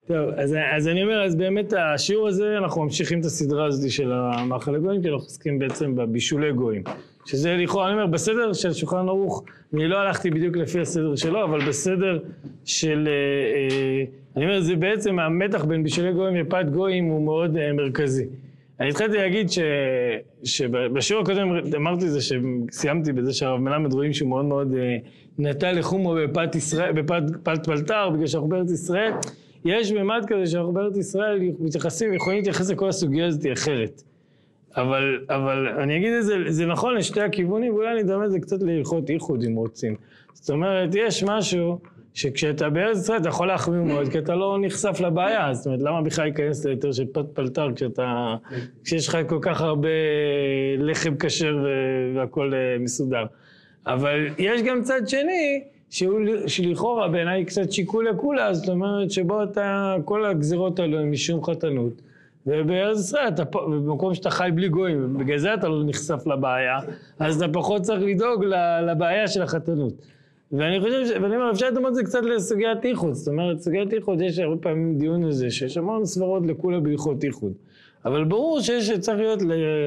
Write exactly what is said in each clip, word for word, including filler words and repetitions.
טוב, אז, אז אני אומר, אז באמת השיעור הזה, אנחנו ממשיכים את הסדרה הזאת של המאכלי גויים, כי אנחנו עוסקים בעצם בבישולי גויים. שזה לכאורה, אני אומר, בסדר של שולחן ערוך, אני לא הלכתי בדיוק לפי הסדר שלו, אבל בסדר של, אה, אני אומר, זה בעצם המתח בין בישולי גויים ופת גויים הוא מאוד אה, מרכזי. אני התחלתי להגיד ש, שבשיעור הקודם אמרתי זה שסיימתי בזה שהרב מלמד רואים שהוא מאוד מאוד אה, נטה לחומו בפת ישראל, בפת פת פלטר, בגלל שאנחנו בארץ ישראל, יש במד כזה שאנחנו בארץ ישראל מתייחסים, יכולים להתייחס לכל הסוגיה הזאת אחרת. אבל, אבל אני אגיד את זה, זה נכון לשתי הכיוונים, ואולי אני אדמה את זה קצת להלכות איחוד אם רוצים. זאת אומרת, יש משהו שכשאתה בארץ ישראל אתה יכול להחמיר מאוד, כי אתה לא נחשף לבעיה, זאת אומרת, למה בכלל להיכנס ליותר של פת פלטר כשאתה, כשיש לך כל כך הרבה לחם כשר והכל מסודר. אבל יש גם צד שני, שהוא שלכאורה בעיניי קצת שיקול לכולה, זאת אומרת שבו אתה, כל הגזירות האלו הם משום חתנות, ובארץ ישראל, אתה, במקום שאתה חי בלי גויים, בגלל זה אתה לא נחשף לבעיה, אז אתה פחות צריך לדאוג לבעיה של החתנות. ואני חושב, ש... ואני אומר, אפשר לדמות את זה קצת לסוגיית איחוד, זאת אומרת, סוגיית איחוד יש הרבה פעמים דיון הזה, שיש המון סברות לכולה בהלכות איחוד, אבל ברור שיש צריך להיות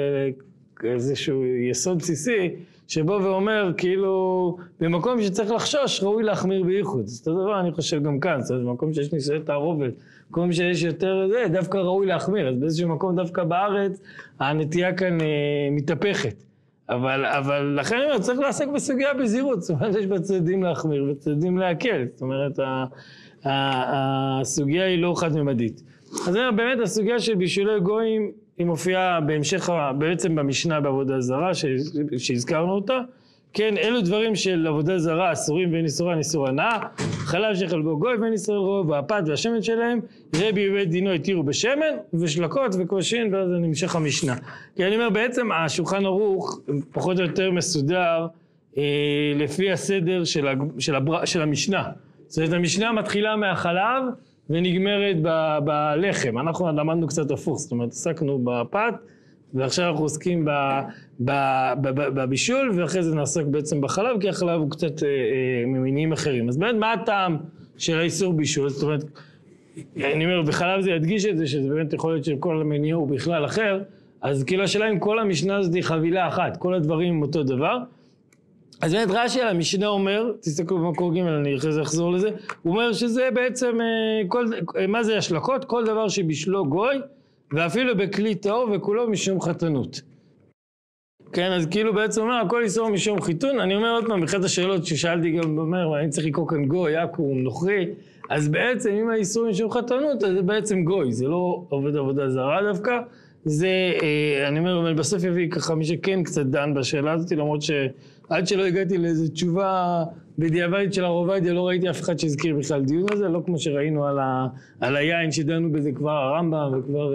לאיזשהו יסוד בסיסי, שבו ואומר, כאילו, במקום שצריך לחשוש, ראוי להחמיר באיחוד. זאת אומרת, אני חושב גם כאן, זאת אומרת, במקום שיש ניסיון תערובת, במקום שיש יותר זה, דווקא ראוי להחמיר. אז באיזשהו מקום דווקא בארץ, הנטייה כאן אה, מתהפכת. אבל, אבל לכן אני אומר, צריך לעסק בסוגיה בזהירות. זאת אומרת, יש בצדדים להחמיר, בצדדים להקל. זאת אומרת, ה, ה, ה, הסוגיה היא לא חד-ממדית. אז אני אומר, באמת, הסוגיה של בישולי גויים, היא מופיעה בהמשך, בעצם במשנה בעבודה זרה, שהזכרנו אותה. כן, אלו דברים של עבודה זרה, אסורים ואין איסורה, אין איסורה נאה, חלב שחל בו גוי ואין איסור רוב, והפת והשמן שלהם, רבי בבית דינו התירו בשמן, ושלקות וכושין, ואז אני המשך המשנה. כי אני אומר, בעצם השולחן ערוך פחות או יותר מסודר, אה, לפי הסדר של, הג... של, הבר... של המשנה. זאת אומרת, המשנה מתחילה מהחלב, ונגמרת ב- בלחם. אנחנו למדנו קצת הפוך, זאת אומרת, עסקנו בפת, ועכשיו אנחנו עוסקים ב- ב- ב- בבישול, ואחרי זה נעסק בעצם בחלב, כי החלב הוא קצת אה, אה, ממינים אחרים. אז באמת, מה הטעם של האיסור בישול? זאת אומרת, אני אומר, בחלב זה ידגיש את זה, שזה באמת יכול להיות של כל המניע הוא בכלל אחר, אז כאילו השאלה אם כל המשנה הזאת היא חבילה אחת, כל הדברים הם אותו דבר, אז באמת רש"י על המשנה אומר, תסתכלו במקור ג' אני אחרי זה אחזור לזה, הוא אומר שזה בעצם, כל, מה זה השלקות? כל דבר שבישלו גוי, ואפילו בכלי טהור וכולו משום חתנות. כן, אז כאילו בעצם אומר, הכל איסור משום חיתון, אני אומר עוד פעם, באחת השאלות ששאלתי גם, אומר, אני צריך לקרוא כאן גוי, עכו"ם, נוכרי, אז בעצם אם האיסור משום חתנות, אז זה בעצם גוי, זה לא עובד עבודה זרה דווקא, זה, אני אומר, בסוף יביא ככה מי שכן קצת דן בשאלה הזאת, למרות שעד שלא הגעתי לאיזו תשובה בדיעבדית של הרב עובדיה, לא ראיתי אף אחד שהזכיר בכלל דיון הזה, לא כמו שראינו על, ה, על היין שדנו בזה כבר הרמב"ם וכבר...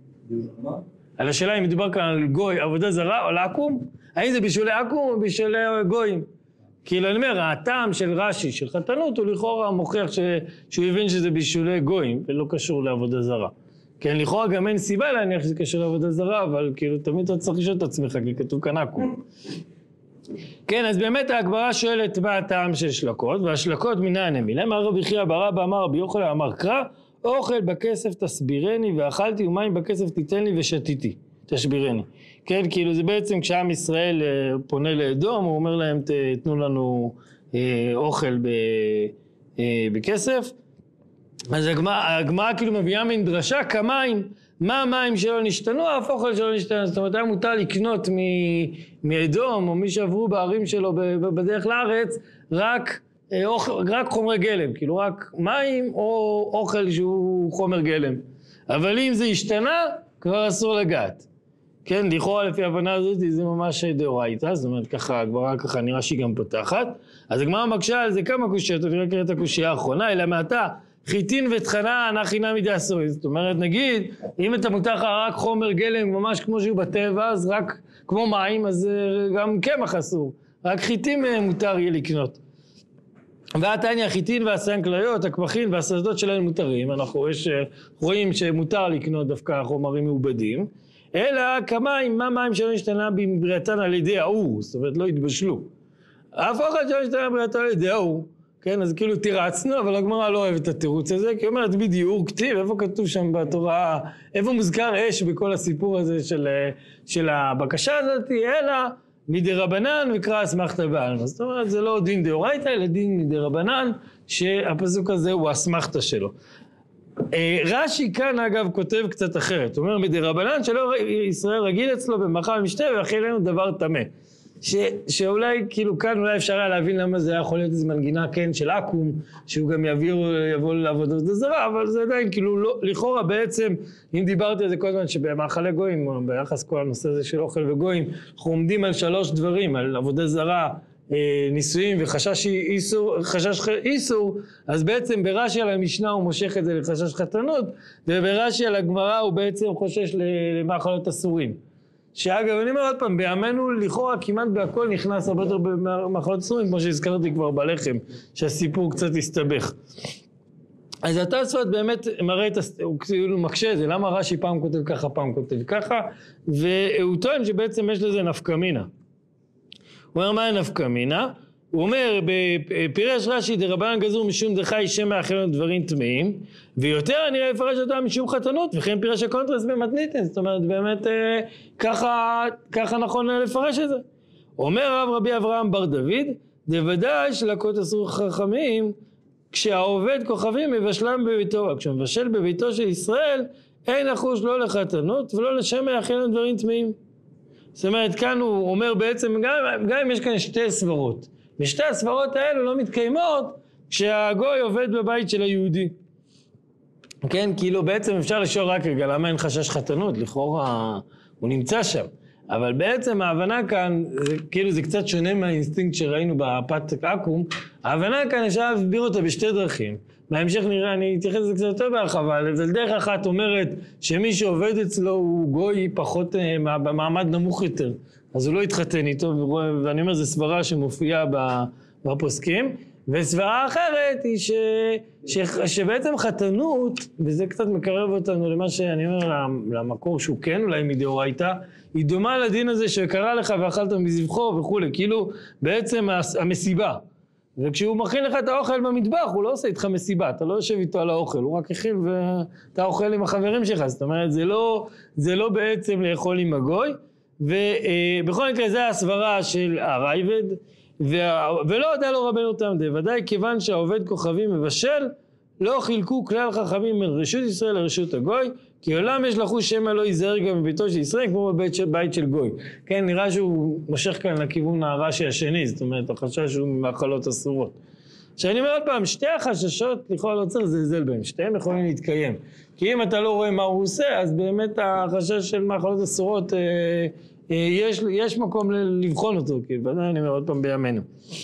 על השאלה אם מדובר כאן על גוי, עבודה זרה או על עכו"ם, האם זה בישולי עכו"ם או בישולי גויים? כאילו אני אומר, הטעם של רש"י, של חתנות, הוא לכאורה מוכיח ש, שהוא הבין שזה בישולי גויים ולא קשור לעבודה זרה. כן, לכאורה גם אין סיבה להניח שזה קשור לעבודה זרה, אבל כאילו תמיד אתה צריך לשאול את עצמך, כי כתוב כאן עכו"ם. כן, אז באמת ההגמרא שואלת מה הטעם של שלקות, והשלקות מנין הם? אמר רבי חייא בר אבא אמר רבי יוחנן אמר קרא, אוכל בכסף תסבירני ואכלתי ומים בכסף תיתן לי ושתיתי, תשבירני. כן, כאילו זה בעצם כשעם ישראל פונה לאדום, הוא אומר להם תתנו לנו אוכל בכסף, אז הגמרא כאילו מביאה מן דרשה כמים, מה המים שלא נשתנו, אף אוכל שלא נשתנו, זאת אומרת היה מותר לקנות מאדום או מי שעברו בערים שלו בדרך לארץ, רק, רק חומרי גלם, כאילו רק מים או אוכל שהוא חומר גלם, אבל אם זה השתנה כבר אסור לגעת. כן, לכאורה לפי ההבנה הזאת זה ממש דאורייתא, זאת אומרת ככה, הגמרא ככה נראה שהיא גם פותחת, אז הגמרא מקשה על זה כמה קושיות, אני רק אראה את הקושייה האחרונה, אלא מעתה, חיטין וטחנה נכי נמי דאסורי, זאת אומרת נגיד, אם אתה מותר לך רק חומר גלם ממש כמו שהוא בטבע, אז רק כמו מים, אז גם קמח אסור, רק חיטין מותר יהיה לקנות. והתניא חיטין והשיען כליות, הקמחין והשדות שלהם מותרים, אנחנו יש, רואים שמותר לקנות דווקא חומרים מעובדים, אלא כמים, מה מים שלא נשתנה בבריאתן על ידי האור, זאת אומרת לא התבשלו. אף אוכל שלא נשתנה בבריאתן על ידי האור, כן, אז כאילו תירצנו, אבל הגמרא לא אוהבת את התירוץ הזה, כי היא אומרת בדיוק, כתיב, איפה כתוב שם בתורה, איפה מוזכר אש בכל הסיפור הזה של, של הבקשה הזאת, אלא מדי רבנן וקרא אסמכתא בעלמא. זאת אומרת, זה לא דין דאורייתא, אלא דין מדי רבנן, שהפסוק הזה הוא אסמכתא שלו. רש"י כאן אגב כותב קצת אחרת, הוא אומר מדי רבנן שלא ישראל רגיל אצלו במאכל משתה ואכיל לנו דבר טמא. ש, שאולי כאילו כאן אולי אפשר היה להבין למה זה יכול להיות איזו מנגינה כן של אקום, שהוא גם יבוא, יבוא לעבוד זרה, אבל זה עדיין כאילו לא, לכאורה בעצם, אם דיברתי על זה כל הזמן שבמאכלי גויים, ביחס כל הנושא הזה של אוכל וגויים, אנחנו עומדים על שלוש דברים, על עבודה זרה, נישואים וחשש איסור, חשש איסור, אז בעצם ברש"י על המשנה הוא מושך את זה לחשש חתנות, וברש"י על הגמרא הוא בעצם חושש למאכלות אסורים. שאגב, אני אומר עוד פעם, בימינו לכאורה כמעט בהכל נכנס הרבה יותר במאכלות אסורים, כמו שהזכרתי כבר בלחם, שהסיפור קצת הסתבך. אז התוספות באמת מראה את, הוא כאילו מקשה את זה, למה רש"י פעם כותב ככה, פעם כותב ככה, והוא טוען שבעצם יש לזה נפקא מינה. הוא אומר, מה נפקא מינה? הוא אומר, בפירש רש"י דרבנן גזור משום דחי שם מאכל לנו דברים טמאים, ויותר אני אפרש אותם משום חתנות, וכן פירש הקונטרס במתניתן, זאת אומרת באמת אה, ככה, ככה נכון לפרש את זה. אומר הרב רבי אברהם בר דוד, דוודאי שלקות אסור חכמים, כשהעובד כוכבים מבשלם בביתו, כשמבשל בביתו של ישראל, אין אחוש לא לחתנות ולא לשם מאכל לנו דברים טמאים. זאת אומרת, כאן הוא אומר בעצם, גם, גם אם יש כאן שתי סברות, ושתי הסברות האלו לא מתקיימות כשהגוי עובד בבית של היהודי. כן, כאילו בעצם אפשר לשאול רק רגע, למה אין חשש חתנות? לכאורה הוא נמצא שם. אבל בעצם ההבנה כאן, זה, כאילו זה קצת שונה מהאינסטינקט שראינו בפת עקום, ההבנה כאן אפשר להסביר אותה בשתי דרכים. בהמשך נראה, אני אתייחס לזה קצת יותר בהרחבה, אבל דרך אחת אומרת שמי שעובד אצלו הוא גוי פחות במעמד נמוך יותר. אז הוא לא יתחתן איתו, ואני אומר, זו סברה שמופיעה בפוסקים, וסברה אחרת היא ש, ש, שבעצם חתנות, וזה קצת מקרב אותנו למה שאני אומר, למקור שהוא כן אולי מדאורייתא, היא דומה לדין הזה שקרא לך ואכלת מזבחו וכו', כאילו בעצם המסיבה. וכשהוא מכין לך את האוכל במטבח, הוא לא עושה איתך מסיבה, אתה לא יושב איתו על האוכל, הוא רק הכין ואתה אוכל עם החברים שלך, זאת אומרת, זה לא, זה לא בעצם לאכול עם הגוי, ובכל מקרה זה הסברה של הרייבד, ולא יודע לו רבנו תם די, ודאי כיוון שהעובד כוכבים מבשל, לא חילקו כלל חכמים מרשות ישראל לרשות הגוי, כי עולם יש לחוש שמא לא ייזהר גם בביתו של ישראל, כמו בבית של, בית של גוי. כן, נראה שהוא מושך כאן לכיוון הרש"י השני, זאת אומרת, החשש הוא ממאכלות אסורות. שאני אומר עוד פעם, שתי החששות, לכאורה לא צריך לזלזל בהם, שתיהם יכולים להתקיים. כי אם אתה לא רואה מה הוא עושה, אז באמת החשש של מאכלות אסורות, אה, אה, יש, יש מקום לבחון אותו, כי ודאי אני אומר עוד פעם בימינו.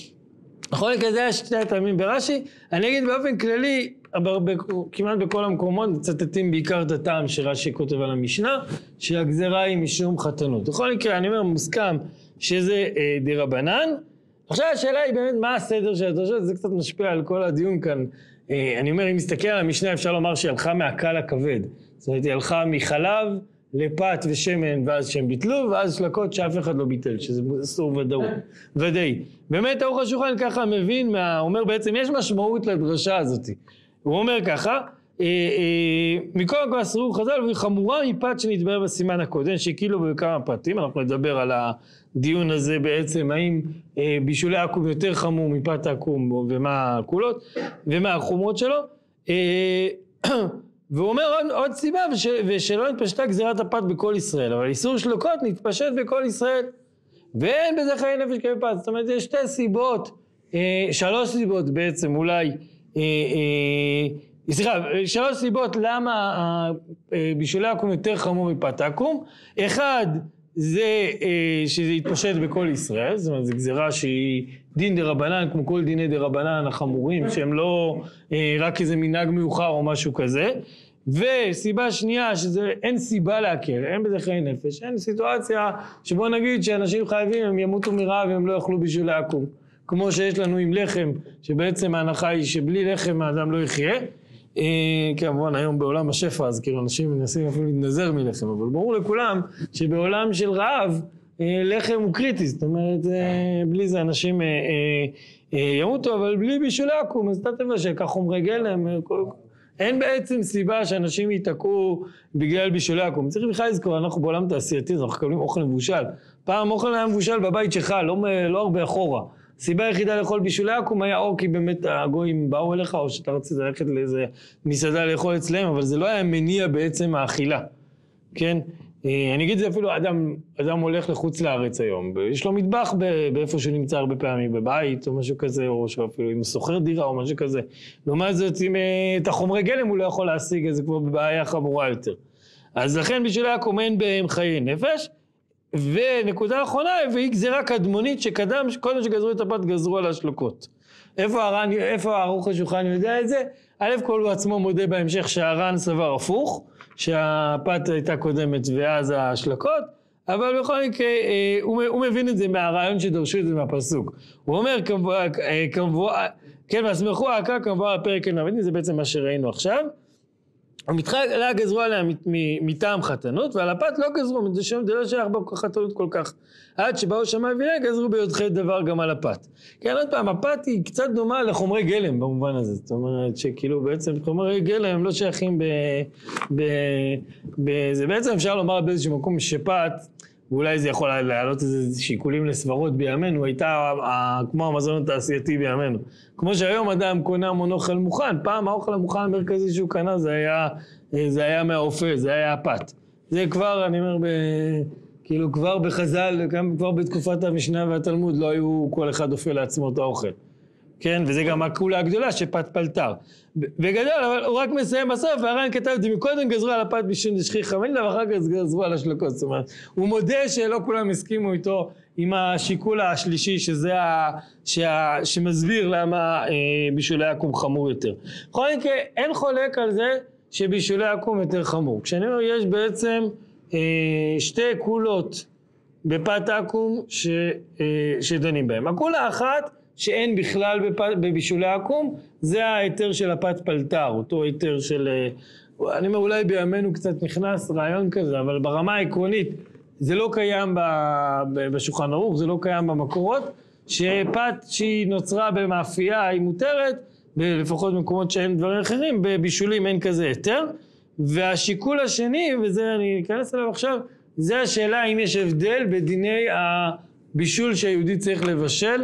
בכל מקרה זה שתי הטעמים ברש"י, אני אגיד באופן כללי, כמעט בכל המקומות מצטטים בעיקר את הטעם שרש"י כותב על המשנה, שהגזרה היא משום חתנות. בכל מקרה אני אומר מוסכם שזה אה, דרבנן. עכשיו השאלה היא באמת מה הסדר של התרשות, זה קצת משפיע על כל הדיון כאן. אה, אני אומר אם מסתכל על המשנה אפשר לומר שהיא הלכה מהקל הכבד. זאת אומרת היא הלכה מחלב לפת ושמן ואז שהם ביטלו, ואז שלקות שאף אחד לא ביטל, שזה אסור ודאות, ודאי. באמת ערוך השולחן ככה מבין, מה, אומר בעצם יש משמעות לדרשה הזאת. הוא אומר ככה, אה, אה, מכל הכל אסרו חז"ל, והיא חמורה מפת שנתבהר בסימן הקודם, שכאילו בכמה פרטים, אנחנו נדבר על הדיון הזה בעצם, האם אה, בישולי עקום יותר חמור מפת עקום, ומה הקולות, ומה החומרות שלו. אה, והוא אומר עוד, עוד סיבה, וש, ושלא נתפשטה גזירת הפת בכל ישראל, אבל איסור שלוקות נתפשט בכל ישראל, ואין בזה חיי נפש כבפת. זאת אומרת, יש שתי סיבות, אה, שלוש סיבות בעצם אולי, אה, אה, סליחה, שלוש סיבות למה בישולי עקום יותר חמור מפת עקום. אחד, זה אה, שזה יתפשט בכל ישראל, זאת אומרת, זו גזירה שהיא דין דרבנן, כמו כל דיני דרבנן החמורים, שהם לא אה, רק איזה מנהג מיוחר או משהו כזה. וסיבה שנייה, שזה אין סיבה להקל, אין בזה חיי נפש, אין סיטואציה שבוא נגיד שאנשים חייבים, הם ימותו מרעב והם לא יאכלו בישולי עקום. כמו שיש לנו עם לחם, שבעצם ההנחה היא שבלי לחם האדם לא יחיה. אה, כמובן היום בעולם השפע, אז כאילו אנשים מנסים אפילו להתנזר מלחם, אבל ברור לכולם שבעולם של רעב, לחם הוא קריטי, זאת אומרת, בלי זה אנשים ימותו, אבל בלי בישולי עקום, אז אתה תבשל, כך חומרי גלם, אין בעצם סיבה שאנשים ייתקעו בגלל בישולי עקום. צריך בכלל לזכור, אנחנו בעולם תעשייתי, אנחנו מקבלים אוכל מבושל. פעם אוכל היה מבושל בבית שלך, לא, לא הרבה אחורה. הסיבה היחידה לאכול בישולי עקום היה או כי באמת הגויים באו אליך, או שאתה רצית ללכת לאיזה מסעדה לאכול אצלם, אבל זה לא היה מניע בעצם האכילה. כן? אני אגיד זה אפילו, אדם, אדם הולך לחוץ לארץ היום, יש לו מטבח באיפה שהוא נמצא הרבה פעמים, בבית או משהו כזה, או אפילו אם הוא סוחר דירה או משהו כזה. לעומת זאת, אם את החומרי גלם הוא לא יכול להשיג, אז זה כבר בבעיה חמורה יותר. אז לכן בישולי עקום אין בהם חיי נפש, ונקודה האחרונה, והיא גזירה קדמונית שקדם, קודם שגזרו את הפת גזרו על השלוקות. איפה הר"ן, איפה ערוך השולחן יודע את זה? א' כל הוא עצמו מודה בהמשך שהר"ן סבר הפוך, שהפת הייתה קודמת ואז השלקות, אבל בכל מקרה הוא, הוא מבין את זה מהרעיון שדרשו את זה מהפסוק. הוא אומר, כמבואה, כן, והסמכו העקה כמבואה הפרק הנמדים, זה בעצם מה שראינו עכשיו. המתחלה גזרו עליה מטעם חתנות, ועל הפת לא גזרו, זה לא שייך בחתנות כל כך. עד שבאו שמאי וילן גזרו ביודחי דבר גם על הפת. כן, עוד פעם, הפת היא קצת דומה לחומרי גלם במובן הזה. זאת אומרת שכאילו בעצם חומרי גלם הם לא שייכים ב... ב, ב זה בעצם אפשר לומר באיזשהו מקום שפת, ואולי זה יכול להעלות איזה שיקולים לסברות בימינו, הייתה כמו המזון התעשייתי בימינו. כמו שהיום אדם קונה המון אוכל מוכן, פעם האוכל המוכן המרכזי שהוא קנה זה היה, זה היה מהאופה, זה היה הפת. זה כבר, אני אומר, ב, כאילו כבר בחז"ל, גם כבר בתקופת המשנה והתלמוד, לא היו כל אחד אופה לעצמו את האוכל. כן, וזה גם הקולה הגדולה שפת פלטר. וגדול, אבל הוא רק מסיים בסוף, והר"ן כתב את זה, מקודם גזרו על הפת בשביל שכיח חמנדה, ואחר כך גזרו על השלקות. זאת אומרת, הוא מודה שלא כולם הסכימו איתו עם השיקול השלישי, שזה ה, שה, שמסביר למה אה, בישולי עקום חמור יותר. בכל מקרה, אין חולק על זה שבישולי עקום יותר חמור. כשאני אומר, יש בעצם אה, שתי קולות בפת עקום ש, אה, שדנים בהם. הקולה אחת, שאין בכלל בבישולי עקום, זה ההיתר של הפת פלטר, אותו היתר של, אני אומר אולי בימינו קצת נכנס רעיון כזה, אבל ברמה העקרונית זה לא קיים בשולחן ערוך, זה לא קיים במקורות, שפת שהיא נוצרה במאפייה היא מותרת, לפחות במקומות שאין דברים אחרים, בבישולים אין כזה היתר, והשיקול השני, וזה אני אכנס אליו עכשיו, זה השאלה אם יש הבדל בדיני ה... בישול שהיהודי צריך לבשל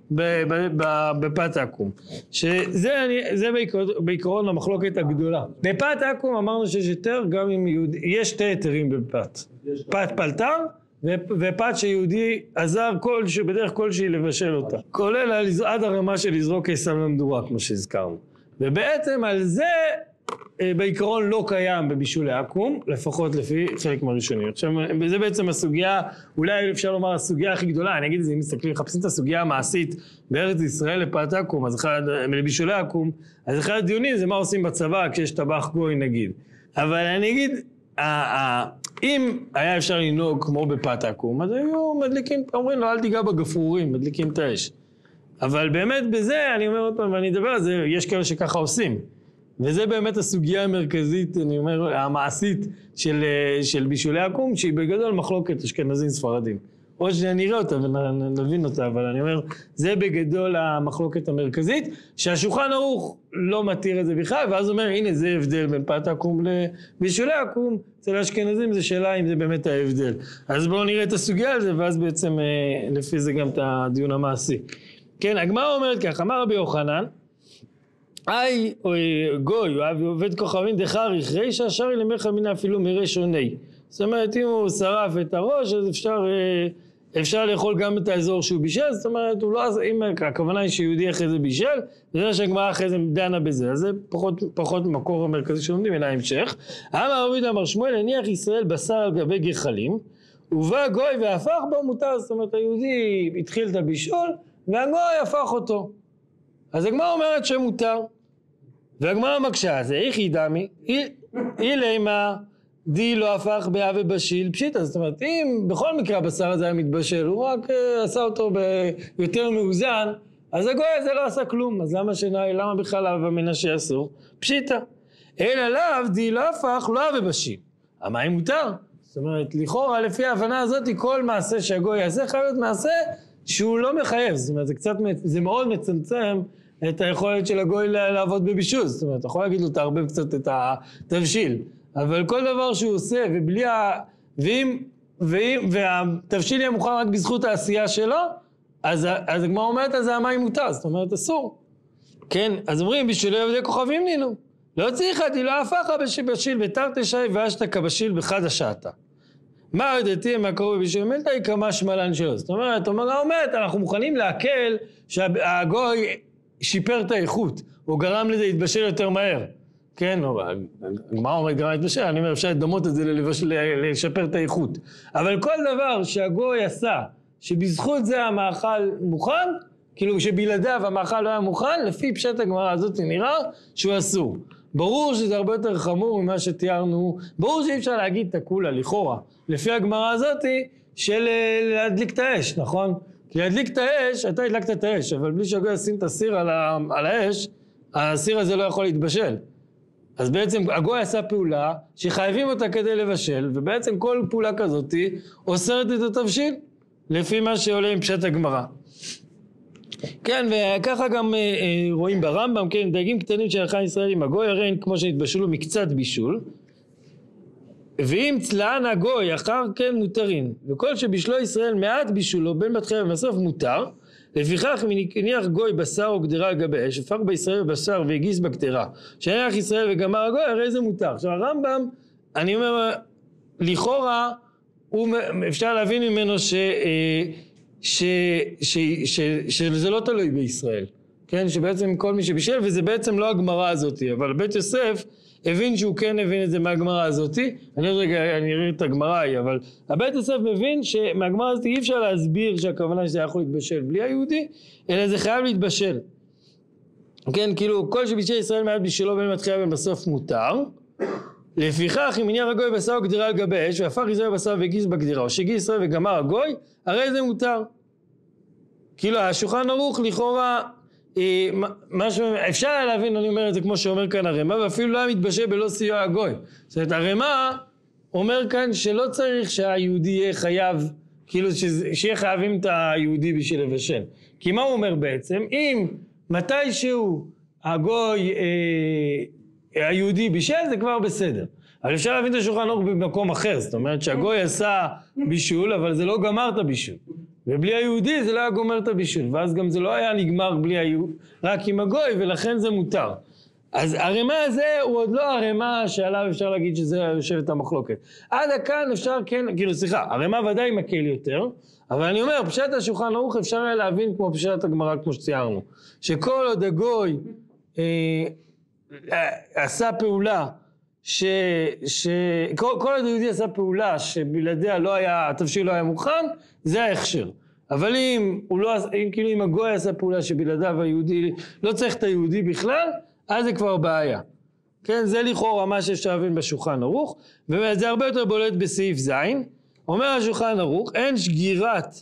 בפת עקום. שזה אני, זה בעיקרון המחלוקת הגדולה. בפת עקום אמרנו שיש יותר, גם אם יהודי, יש שתי היתרים בפת. פת פלטר ופת שיהודי עזר כלשהו, בדרך כלשהי לבשל אותה. כולל עד הרמה של לזרוק קיסם למדורה, כמו שהזכרנו. ובעצם על זה בעיקרון לא קיים בבישולי עקום, לפחות לפי חלק מהראשונים. עכשיו, זה בעצם הסוגיה, אולי אפשר לומר הסוגיה הכי גדולה, אני אגיד את זה, אם מסתכלים, מחפשים את הסוגיה המעשית בארץ ישראל לפת עקום, אז אחד, לבישולי עקום, אז אחד הדיונים זה מה עושים בצבא כשיש טבח גוי נגיד. אבל אני אגיד, אם היה אפשר לנהוג כמו בפת עקום, אז היו מדליקים, אומרים לו, אל תיגע בגפרורים, מדליקים את האש. אבל באמת בזה, אני אומר עוד פעם, ואני אדבר על זה, יש כאלה שככה עושים. וזה באמת הסוגיה המרכזית, אני אומר, המעשית של, של בישולי עקום, שהיא בגדול מחלוקת אשכנזים ספרדים. או שנראה אותה ונבין אותה, אבל אני אומר, זה בגדול המחלוקת המרכזית, שהשולחן ערוך לא מתיר את זה בכלל, ואז אומר, הנה זה הבדל בין פת עקום לבישולי עקום, אצל האשכנזים זה שאלה אם זה באמת ההבדל. אז בואו נראה את הסוגיה על זה, ואז בעצם לפי זה גם את הדיון המעשי. כן, הגמרא אומרת כך, אמר רבי יוחנן, אי גוי, עובד כוכבים דחריך, רישא שרי למך מינה אפילו מרש עוני. זאת אומרת, אם הוא שרף את הראש, אז אפשר, אפשר לאכול גם את האזור שהוא בישל, זאת אומרת, הוא לא, אם הכוונה היא שיהודי אחרי זה בישל, זה לא שהגמרא אחרי זה דנה בזה, אז זה פחות, פחות מקור המרכזי שלומדים, אלא המשך. אמר רבי אמר שמואל, הניח ישראל בשר על גבי גחלים, ובא גוי והפך בו מותר, זאת אומרת, היהודי התחיל את הבישול, והגוי הפך אותו. אז הגמרא אומרת שמותר, והגמרא מקשה, זה איך ידמי, אי לימה, די לא הפך באה ובשיל, פשיטה, זאת אומרת, אם בכל מקרה הבשר הזה היה מתבשל, הוא רק עשה אותו ביותר מאוזן, אז הגוי הזה לא עשה כלום, אז למה שנאי, למה בכלל אהבה מנשה אסור? פשיטה. אלא לאו, די לא הפך, לא אהבה בשיל. המים מותר? זאת אומרת, לכאורה לפי ההבנה הזאת, כל מעשה שהגוי יעשה חייב להיות מעשה שהוא לא מחייב. זאת אומרת, זה קצת, זה מאוד מצמצם את היכולת של הגוי לעבוד בבישול. זאת אומרת, אתה יכול להגיד לו, תערבב קצת את התבשיל. אבל כל דבר שהוא עושה, ובלי ה... ואם, ואם, והתבשיל יהיה מוכן רק בזכות העשייה שלו, אז, אז הגמרא אומרת, אז המים מותר. זאת אומרת, אסור. כן, אז אומרים, בשביל עבדי כוכבים נינו. לא צריכתי, לא הפך בשיל ותרתי שי ואשתא כבשיל בחד השעתה. מה יודעתי מה קורה בבישול מלטה היא כמה שמלן שלו. זאת אומרת, אומרת, אנחנו מוכנים להקל שהגוי שיפר את האיכות, או גרם לזה להתבשל יותר מהר. כן, הגמרא אומרת גרם להתבשל, אני אומר, אפשר לדמות את זה לשפר את האיכות. אבל כל דבר שהגוי עשה, שבזכות זה המאכל מוכן, כאילו שבלעדיו המאכל לא היה מוכן, לפי פשט הגמרא הזאת נראה שהוא אסור. ברור שזה הרבה יותר חמור ממה שתיארנו, ברור שאי אפשר להגיד תקולה, לכאורה, לפי הגמרא הזאת של להדליק את האש, נכון? כי להדליק את האש, אתה הדלקת את האש, אבל בלי שהגוי ישים את הסיר על, ה, על האש, הסיר הזה לא יכול להתבשל. אז בעצם הגוי עשה פעולה שחייבים אותה כדי לבשל, ובעצם כל פעולה כזאת אוסרת את התבשיל, לפי מה שעולה עם פשט הגמרא. כן, וככה גם אה, רואים ברמב"ם, כן, דגים קטנים של הלכה ישראל עם הגוי, הרי הם כמו שנתבשלו מקצת בישול, ואם צלען הגוי אחר כן מותרים, וכל שבשלו ישראל מעט בישולו בין בתחילה ובסוף מותר, לפיכך אם הניח גוי בשר או גדרה על גבי אש, הפך בישראל בבשר והגיס בגדרה, שהניח ישראל וגמר הגוי, הרי זה מותר. עכשיו הרמב"ם, אני אומר, לכאורה, הוא, אפשר להבין ממנו ש... ש, ש, ש, שזה לא תלוי בישראל, כן? שבעצם כל מי שבישל, וזה בעצם לא הגמרא הזאת, אבל בית יוסף הבין שהוא כן הבין את זה מהגמרא הזאת, אני עוד רגע, אני אראה את הגמרא ההיא, אבל הבית יוסף מבין שמהגמרא הזאת אי אפשר להסביר שהכוונה שזה יכול להתבשל בלי היהודי, אלא זה חייב להתבשל. כן, כאילו, כל שבישל ישראל מעט בשלו בין מתחילה ובין בסוף מותר, לפיכך אם הניח הגוי בשר או גדירה על גבי אש והפך ישראל בשר והגיס בגדירה או שהגיס ישראל וגמר הגוי, הרי זה מותר. כאילו השולחן ערוך לכאורה אה, משהו, אפשר להבין, אני אומר את זה כמו שאומר כאן הרמ"א, ואפילו לא היה מתבשל בלא סיוע הגוי. זאת אומרת הרמ"א אומר כאן שלא צריך שהיהודי יהיה חייב, כאילו שיהיה חייבים את היהודי בשביל לבשל. כי מה הוא אומר בעצם? אם מתישהו הגוי אה, היהודי בישל זה כבר בסדר. אבל אפשר להבין את השולחן ערוך במקום אחר, זאת אומרת שהגוי עשה בישול, אבל זה לא גמר את הבישול. ובלי היהודי זה לא היה גומר את הבישול, ואז גם זה לא היה נגמר בלי היהודי, רק עם הגוי, ולכן זה מותר. אז הרמ"א הזה הוא עוד לא הרמ"א שעליו אפשר להגיד שזה יושב את המחלוקת. עד כאן אפשר כן, כאילו סליחה, הרמ"א ודאי מקל יותר, אבל אני אומר, פשט השולחן ערוך אפשר היה להבין כמו פשט הגמרא כמו שציירנו, שכל עוד הגוי אה, עשה פעולה, ש, ש, כל, כל עוד היהודי עשה פעולה שבלעדיה לא היה, התבשיל לא היה מוכן, זה ההכשר. אבל אם הוא לא, אם כאילו אם הגוי עשה פעולה שבלעדיו היהודי, לא צריך את היהודי בכלל, אז זה כבר בעיה. כן, זה לכאורה מה שאפשר להבין בשולחן ערוך, וזה הרבה יותר בולט בסעיף זין. אומר השולחן ערוך, אין שגירת,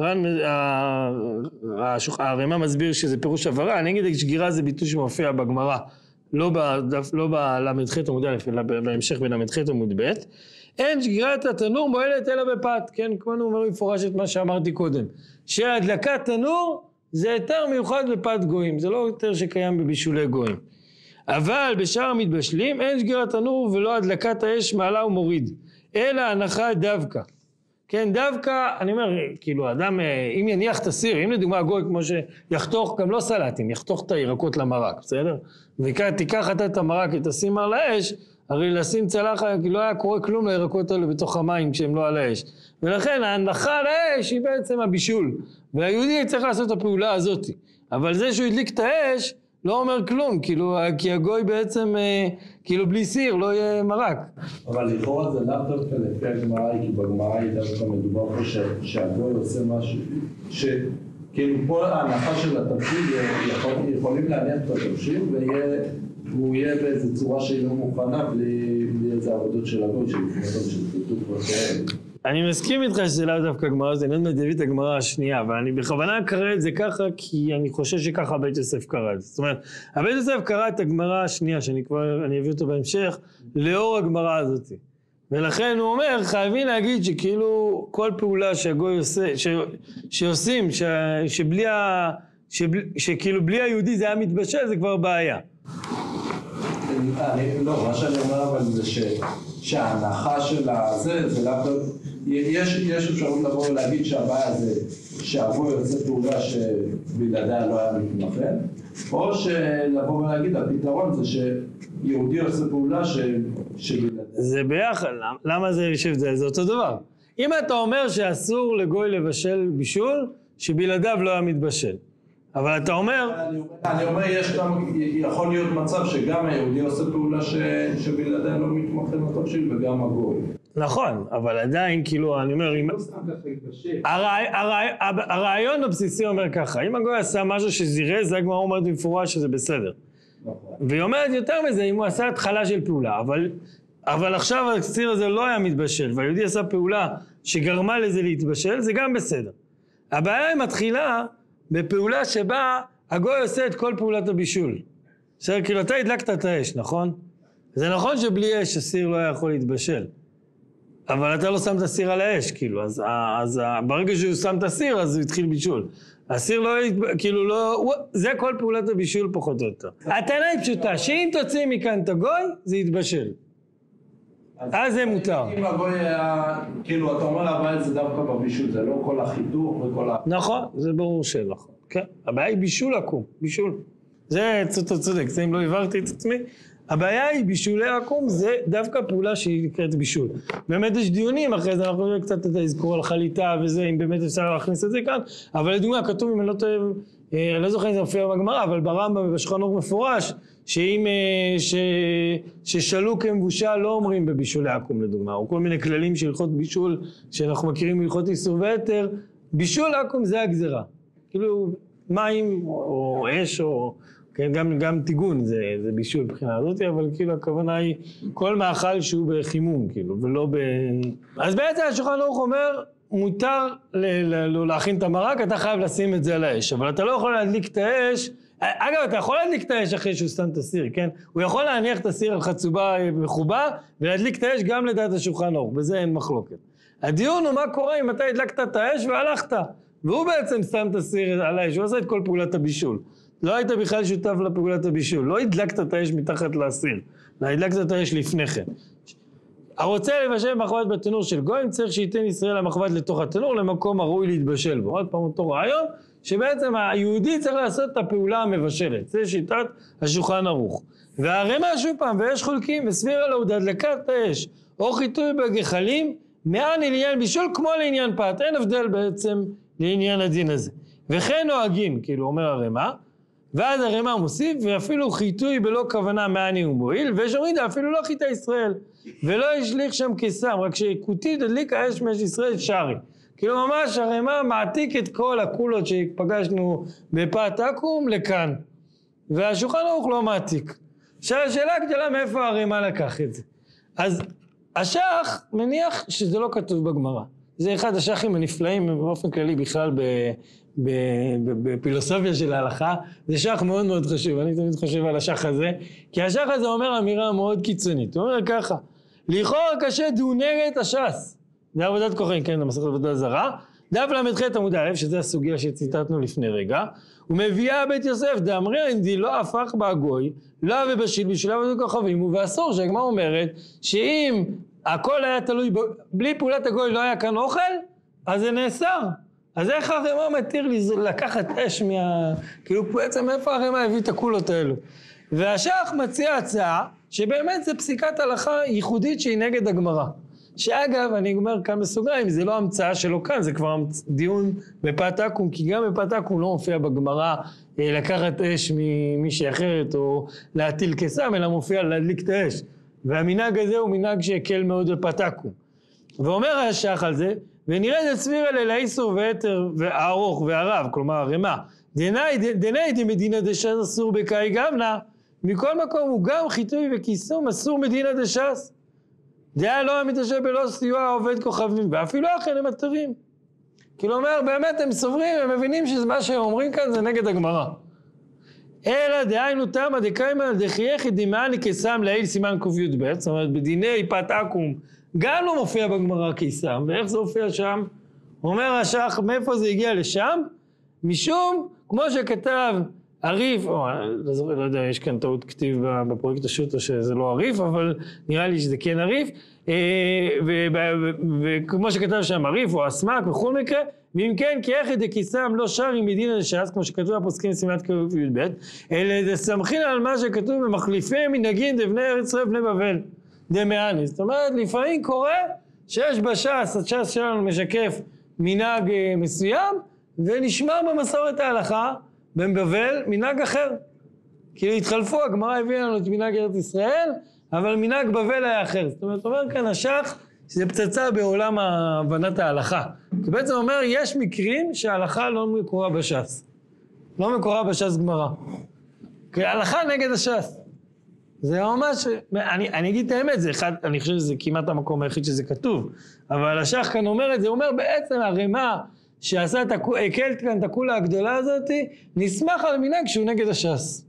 הרמ"א מסביר שזה פירוש הבהרה, אני אגיד שגירה זה ביטוי שמופיע בגמרא, לא בדף, לא בל"ח עמוד א', אלא בהמשך בל"ח עמוד ב'. אין שגירת התנור מועלת אלא בפת, כן, כמו הוא אומר מפורש את מה שאמרתי קודם, שהדלקת תנור זה יותר מיוחד בפת גויים, זה לא יותר שקיים בבישולי גויים. אבל בשאר המתבשלים אין שגירת תנור ולא הדלקת האש מעלה ומוריד, אלא הנחה דווקא. כן, דווקא, אני אומר, כאילו, אדם, אם יניח את הסיר, אם לדוגמה גוי כמו שיחתוך, גם לא סלטים, יחתוך את הירקות למרק, בסדר? ותיקח אתה את המרק, תשים על האש, הרי לשים צלחת, לא היה קורה כלום לירקות האלה בתוך המים כשהם לא על האש. ולכן ההנחה על האש היא בעצם הבישול, והיהודי צריך לעשות את הפעולה הזאת. אבל זה שהוא הדליק את האש, לא אומר כלום, כאילו, כי הגוי בעצם, כאילו בלי סיר, לא יהיה מרק. אבל לכאורה זה לאו דווקא לפי הגמרא, כי בגמרא היא דווקא מדובר פה שהגוי עושה משהו, שכאילו פה ההנחה של התבשיל, יכולים להניח את התבשיל, והוא יהיה באיזו צורה שהיא לא מוכנה, בלי איזה עבודות של הגוי, שלפני אותו של חיתוך וכאלה. אני מסכים איתך שזה לאו דווקא גמרא, זה נראה מדהים את הגמרא השנייה, אבל אני בכוונה קרא את זה ככה, כי אני חושב שככה בית יוסף קרא את זה. זאת אומרת, הבית יוסף קרא את הגמרא השנייה, שאני כבר, אני אביא אותו בהמשך, לאור הגמרא הזאת. ולכן הוא אומר, חייבים להגיד שכאילו כל פעולה שהגוי עושה, ש, שעושים, ש, שבלי ה... שבל, שכאילו בלי היהודי זה היה מתבשל, זה כבר בעיה. אני, לא, מה שאני אומר אבל זה ש, שההנחה של הזה, זה לאו, יש, יש אפשרות לבוא ולהגיד שהבעיה זה שהגוי עושה פעולה שבלעדיה לא היה מתנחל, או שלבוא ולהגיד, הפתרון זה שיהודי עושה פעולה ש, שבלעדיה. זה ביחד, למה זה יושב זה? זה אותו דבר. אם אתה אומר שאסור לגוי לבשל בישול, שבלעדיו לא היה מתבשל. אבל אתה אומר... אני, אני אומר, יש גם, יכול להיות מצב שגם היהודי עושה פעולה ש, שבלעדיה לא מתמחל בתבשיל וגם הגוי. נכון, אבל עדיין, כאילו, אני אומר, אם... הרעיון הבסיסי אומר ככה, אם הגוי עשה משהו שזירז, זה הגמרא אומרת במפורש שזה בסדר. והיא אומרת יותר מזה, אם הוא עשה התחלה של פעולה, אבל, אבל עכשיו הסיר הזה לא היה מתבשל, והיהודי עשה פעולה שגרמה לזה להתבשל, זה גם בסדר. הבעיה היא מתחילה בפעולה שבה הגוי עושה את כל פעולת הבישול. בסדר, כאילו, אתה הדלקת את האש, נכון? זה נכון שבלי אש הסיר לא היה יכול להתבשל. אבל אתה לא שם את הסיר על האש, כאילו, אז, אז ברגע שהוא שם את הסיר, אז הוא התחיל בישול. הסיר לא, כאילו, לא, זה כל פעולת הבישול פחות או יותר. הטענה היא פשוטה, שאם תוציא מכאן את הגוי, זה יתבשל. אז זה מותר. אם הגוי היה, כאילו, אתה אומר הבעיה זה דווקא בבישול, זה לא כל החיתוך וכל ה... נכון, זה ברור שנכון. כן, הבעיה היא בישול עקום, בישול. זה צודק, זה אם לא הבהרתי את עצמי. הבעיה היא בישולי עקום, זה דווקא פעולה שהיא נקראת בישול. באמת יש דיונים, אחרי זה אנחנו נראה קצת את האזכור על חליטה וזה, אם באמת אפשר להכניס את זה כאן, אבל לדוגמה, כתוב, אם אני לא טועה, אני לא זוכר אם זה מופיע בגמרא, אבל ברמב"ם ובשולחן ערוך מפורש, שאם ש... ששלו כמבושל לא אומרים בבישולי עקום לדוגמה, או כל מיני כללים של הלכות בישול, שאנחנו מכירים מהלכות איסור והיתר, בישול עקום זה הגזרה. כאילו מים או אש או... כן, גם, גם טיגון זה, זה בישול מבחינה הזאת, אבל כאילו הכוונה היא כל מאכל שהוא בחימום, כאילו, ולא ב... אז בעצם השולחן ערוך אומר, מותר ל- ל- ל- להכין את המרק, אתה חייב לשים את זה על האש, אבל אתה לא יכול להדליק את האש, אגב, אתה יכול להדליק את האש אחרי שהוא שם את הסיר, כן? הוא יכול להניח את הסיר על חצובה מחובה, ולהדליק את האש גם לדעת השולחן ערוך, בזה אין מחלוקת. הדיון הוא מה קורה אם אתה הדלקת את האש והלכת, והוא בעצם שם את הסיר על האש, הוא עשה את כל פעולת הבישול. לא היית בכלל שותף לפעולת הבישול, לא הדלקת את האש מתחת לאסיר, לא הדלקת את האש לפני כן. הרוצה לבשל מחבת בתנור של גויים, צריך שייתן ישראל המחבת לתוך התנור, למקום הראוי להתבשל בו. עוד פעם אותו רעיון, שבעצם היהודי צריך לעשות את הפעולה המבשלת, זה שיטת השולחן ערוך. והרמה שוב פעם, ויש חולקים, וסבירה לו הדלקת האש, או חיטוי בגחלים, מען לעניין בישול כמו לעניין פת, אין הבדל בעצם לעניין הדין הזה. וכן נוהגים, כאילו אומר הרמה, ואז הרמה מוסיף, ואפילו חיטוי בלא כוונה מעני ומועיל, ושאומרים, אפילו לא חיטה ישראל, ולא ישליך שם כסם, רק שיקוטי תדליק האש מאש ישראל שרי. כאילו ממש הרמה מעתיק את כל הקולות שפגשנו בפת עקום לכאן, והשולחן ערוך לא מעתיק. עכשיו השאלה גדולה מאיפה הרמה לקח את זה. אז השח מניח שזה לא כתוב בגמרא. זה אחד השחים הנפלאים באופן כללי בכלל ב... בפילוסופיה של ההלכה, זה שח מאוד מאוד חשוב, אני תמיד חושב על השח הזה, כי השח הזה אומר אמירה מאוד קיצונית, הוא אומר ככה, לכאורה קשה דו נגד הש"ס, זה עבודת כהן, כן, המסכת עבודה זרה, דף למ"ח עמוד א', שזה הסוגיה שציטטנו לפני רגע, ומביאה בית יוסף, דאמרין די לא הפך בהגוי, לא ובשיל בשלב עבודת כוכבים, ובאסור שהגמרא אומרת, שאם הכל היה תלוי, בלי פעולת הגוי לא היה כאן אוכל, אז זה נאסר. אז איך הרמה מתיר לקחת אש מה... כאילו בעצם איפה הרמה הביא את הקולות האלו? והשח מציע הצעה שבאמת זה פסיקת הלכה ייחודית שהיא נגד הגמרא. שאגב, אני אומר כאן בסוגריים, זה לא המצאה שלו כאן, זה כבר דיון בפת עקום, כי גם בפת עקום לא מופיע בגמרא לקחת אש ממישהי אחרת או להטיל כסם, אלא מופיע להדליק את האש. והמנהג הזה הוא מנהג שהקל מאוד בפת עקום. ואומר השח על זה, ונראה את סביר אלה לאיסור והיתר והארוך והרב, כלומר הרמה, דנאי דמדינה דש"ס אסור בקאי גמנה, מכל מקום הוא גם חיטוי וכיסום אסור מדינה דש"ס. דעה לא המתיישב בלא סיוע עובד כוכבים, ואפילו אחרי הם מתרים. כלומר באמת הם סוברים, הם מבינים שמה שהם אומרים כאן זה נגד הגמרא. אלא דהיינו תמה דקיימה דחייך דמעני כסם לעיל סימן ק"ב, זאת אומרת בדיני פת עקום, גם לא מופיע בגמרא קיסם, ואיך זה מופיע שם? אומר השח, מאיפה זה הגיע לשם? משום, כמו שכתב עריף, או לא, לא יודע, יש כאן טעות כתיב בפרויקט השו"ת שזה לא עריף, אבל נראה לי שזה כן עריף, וכמו שכתב שם עריף או אסמק בכל מקרה, ואם כן, כי איך דקיסם לא שר עם מדין לש"ס, כמו שכתוב הפוסקים סימן ק"ב י"ב, אלא זה סמכין על מה שכתוב במחליפי מנהגים דבני ארץ ישראל בני בבל, דמאני. זאת אומרת, לפעמים קורה שיש בש"ס, הש"ס שלנו משקף מנהג מסוים, ונשמר במסורת ההלכה, בבבל, מנהג אחר. כאילו התחלפו, הגמרא הביאה לנו את מנהג ארץ ישראל, אבל מנהג בבל היה אחר. זאת אומרת, אומר כאן השח, שזה פצצה בעולם הבנת ההלכה. כי בעצם אומר, יש מקרים שההלכה לא מקורה בש"ס. לא מקורה בש"ס גמרא. כי ההלכה נגד הש"ס. זה ממש, אני, אני אגיד את האמת, זה אחד, אני חושב שזה כמעט המקום היחיד שזה כתוב, אבל השח כאן אומר את זה, הוא אומר בעצם הרמה שעשה את הקלט כאן את הכולה הגדולה הזאת, נסמך על מנהג שהוא נגד הש"ס.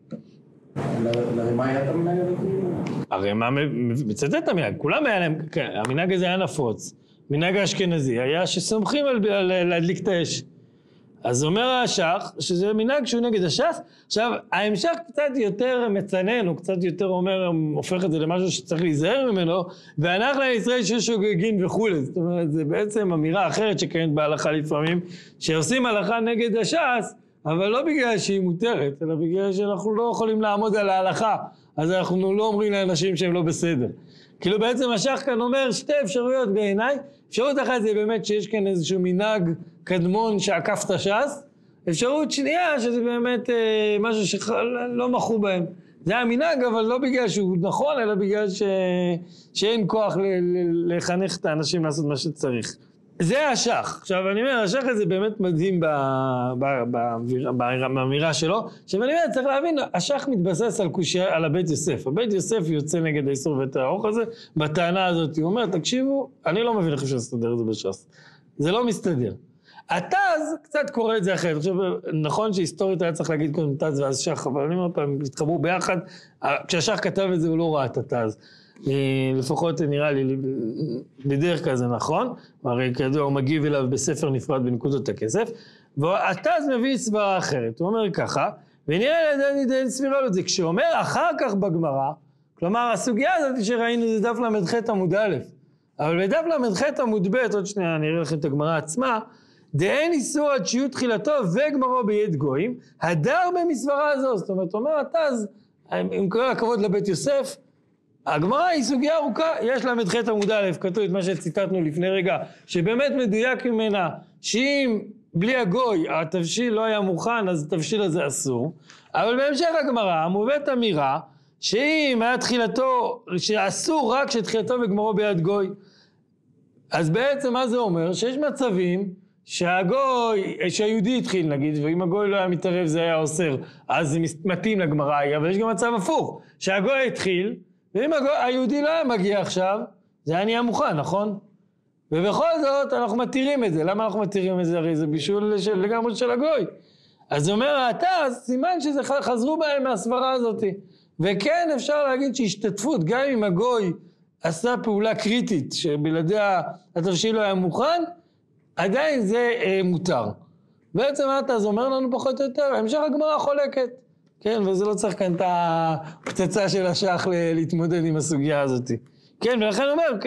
לרמה היה את המנהג הזה? הרמה מצטט את המנהג, כולם היה להם, המנהג הזה היה נפוץ, מנהג האשכנזי היה שסומכים על, על להדליק את האש. אז אומר השח שזה מנהג שהוא נגד הש"ס. עכשיו ההמשך קצת יותר מצנן, הוא קצת יותר אומר, הופך את זה למשהו שצריך להיזהר ממנו, ואנחנו לישראל ששוגגין וכו'. זאת אומרת, זה בעצם אמירה אחרת שקיימת בהלכה לפעמים, שעושים הלכה נגד הש"ס, אבל לא בגלל שהיא מותרת, אלא בגלל שאנחנו לא יכולים לעמוד על ההלכה, אז אנחנו לא אומרים לאנשים שהם לא בסדר. כאילו בעצם השח כאן אומר שתי אפשרויות בעיניי. אפשרות אחת זה באמת שיש כאן איזשהו מנהג קדמון שעקף את הש"ס. אפשרות שנייה שזה באמת אה, משהו שלא מחו בהם. זה היה מנהג, אבל לא בגלל שהוא נכון, אלא בגלל ש... שאין כוח ל... ל... לחנך את האנשים לעשות מה שצריך. זה השח. עכשיו אני אומר, השח הזה באמת מדהים באמירה שלו. עכשיו אני אומר, צריך להבין, השח מתבסס על, קושיה, על הבית יוסף. הבית יוסף יוצא נגד האיסור ואת הארוך הזה, בטענה הזאת הוא אומר, תקשיבו, אני לא מבין איך אפשר להסתדר את זה בש"ס. זה לא מסתדר. התז קצת קורא את זה אחרת. עכשיו, נכון שהיסטורית היה צריך להגיד קודם תז ואז שח, אבל אני אומר פעם, התחברו ביחד, כשהשח כתב את זה הוא לא ראה את התז. לפחות נראה לי בדרך כלל זה נכון, הרי כדוע הוא מגיב אליו בספר נפרד בנקודות הכסף, והתז מביא סברה אחרת, הוא אומר ככה, ונראה לידי סבירה לו זה, כשאומר אחר כך בגמרא, כלומר הסוגיה הזאת שראינו זה דף למדח' עמוד א', אבל בדף למדח' עמוד ב', עוד שנייה אני אראה לכם את הגמרא עצמה, דאין איסור עד שיהיו תחילתו וגמרו ביד גויים, הדר במסברה הזו, זאת אומרת, אומר התז, עם כל הכבוד לבית יוסף, הגמרא היא סוגיה ארוכה, יש לה מדח' עמוד א', כתוב את מה שציטטנו לפני רגע, שבאמת מדויק ממנה, שאם בלי הגוי התבשיל לא היה מוכן, אז התבשיל הזה אסור, אבל בהמשך הגמרא מובאת אמירה, שאם היה תחילתו, שאסור רק שתחילתו וגמרו ביד גוי, אז בעצם מה זה אומר? שיש מצבים שהגוי, שהיהודי התחיל נגיד, ואם הגוי לא היה מתערב זה היה אוסר, אז זה מתאים לגמרא, אבל יש גם מצב הפוך, שהגוי התחיל, ואם היהודי לא היה מגיע עכשיו, זה היה נהיה מוכן, נכון? ובכל זאת אנחנו מתירים את זה. למה אנחנו מתירים את זה? הרי זה בישול לגמרי של הגוי. אז זה אומר, אתה, סימן שזה חזרו בהם מהסברה הזאת. וכן אפשר להגיד שהשתתפות, גם אם הגוי עשה פעולה קריטית, שבלעדיה התבשיל לא היה מוכן, עדיין זה אה, מותר. בעצם אתה, זה אומר לנו פחות או יותר, המשך הגמרא חולקת. כן, וזה לא צריך כאן את הפצצה של השח להתמודד עם הסוגיה הזאת. כן, ולכן הוא אומר,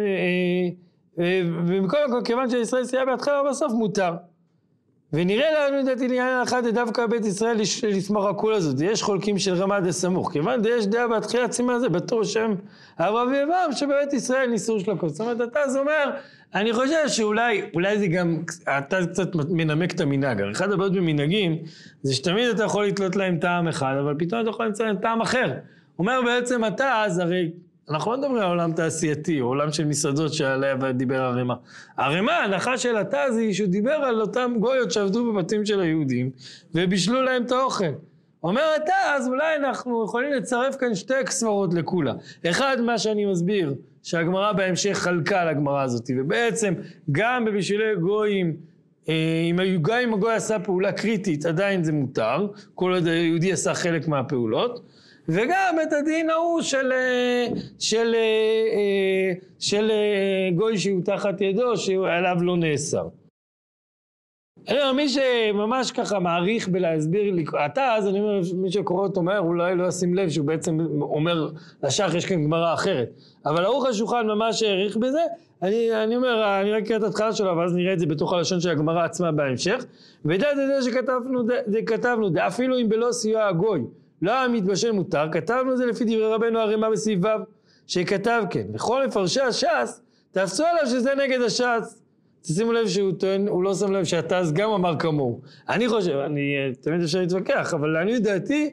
ומכל מקום, כיוון שישראל סייע בהתחלה ובסוף מותר. ונראה לנו דעתי לעניין אחד, דווקא בית ישראל לסמוך הכול הזאת. יש חולקים של רמה דה סמוך. כיוון יש דעה בהתחלה צימה הזה, בתור שם אברהם ואברהם, שבבית ישראל ניסור של הכל. זאת אומרת, אתה זה אומר, אני חושב שאולי, אולי זה גם, אתה קצת מנמק את המנהג. אחד הבעיות במנהגים, זה שתמיד אתה יכול לתלות להם טעם אחד, אבל פתאום אתה יכול למצוא להם טעם אחר. אומר בעצם אתה, אז הרי, אנחנו לא מדברים על עולם תעשייתי, או עולם של מסעדות שעליה דיבר הרמ"א. הרמ"א, ההנחה של אתה זה שהוא דיבר על אותם גויות שעבדו בבתים של היהודים, ובישלו להם את האוכל. אומר אתה, אז אולי אנחנו יכולים לצרף כאן שתי סברות לכולה. אחד, מה שאני מסביר, שהגמרא בהמשך חלקה לגמרא הזאת, ובעצם גם בבישולי גויים, אם גם אם הגוי עשה פעולה קריטית, עדיין זה מותר, כל עוד היהודי עשה חלק מהפעולות, וגם את הדין ההוא של, של, של, של גוי שהוא תחת ידו, שעליו לא נאסר. אני אומר, מי שממש ככה מעריך בלהסביר לי, אתה אז אני אומר, מי שקורא אותו מהר, אולי לא ישים לב שהוא בעצם אומר, לשח יש כאן גמרא אחרת. אבל ערוך השולחן ממש העריך בזה, אני, אני אומר, אני רק אקרא את התחלה שלו, ואז נראה את זה בתוך הלשון של הגמרא עצמה בהמשך. ודעת את זה שכתבנו, זה כתבנו, זה אפילו אם בלא סיוע הגוי, לא המתבשל מותר, כתבנו זה לפי דברי רבנו הרמ"א בסעיף ו', שכתב כן. לכל מפרשי הש"ס, תפסו עליו שזה נגד הש"ס. תשימו לב שהוא טוען, הוא לא שם לב שהתז גם אמר כמוהו. אני חושב, אני תמיד אפשר להתווכח, אבל אני יודעתי,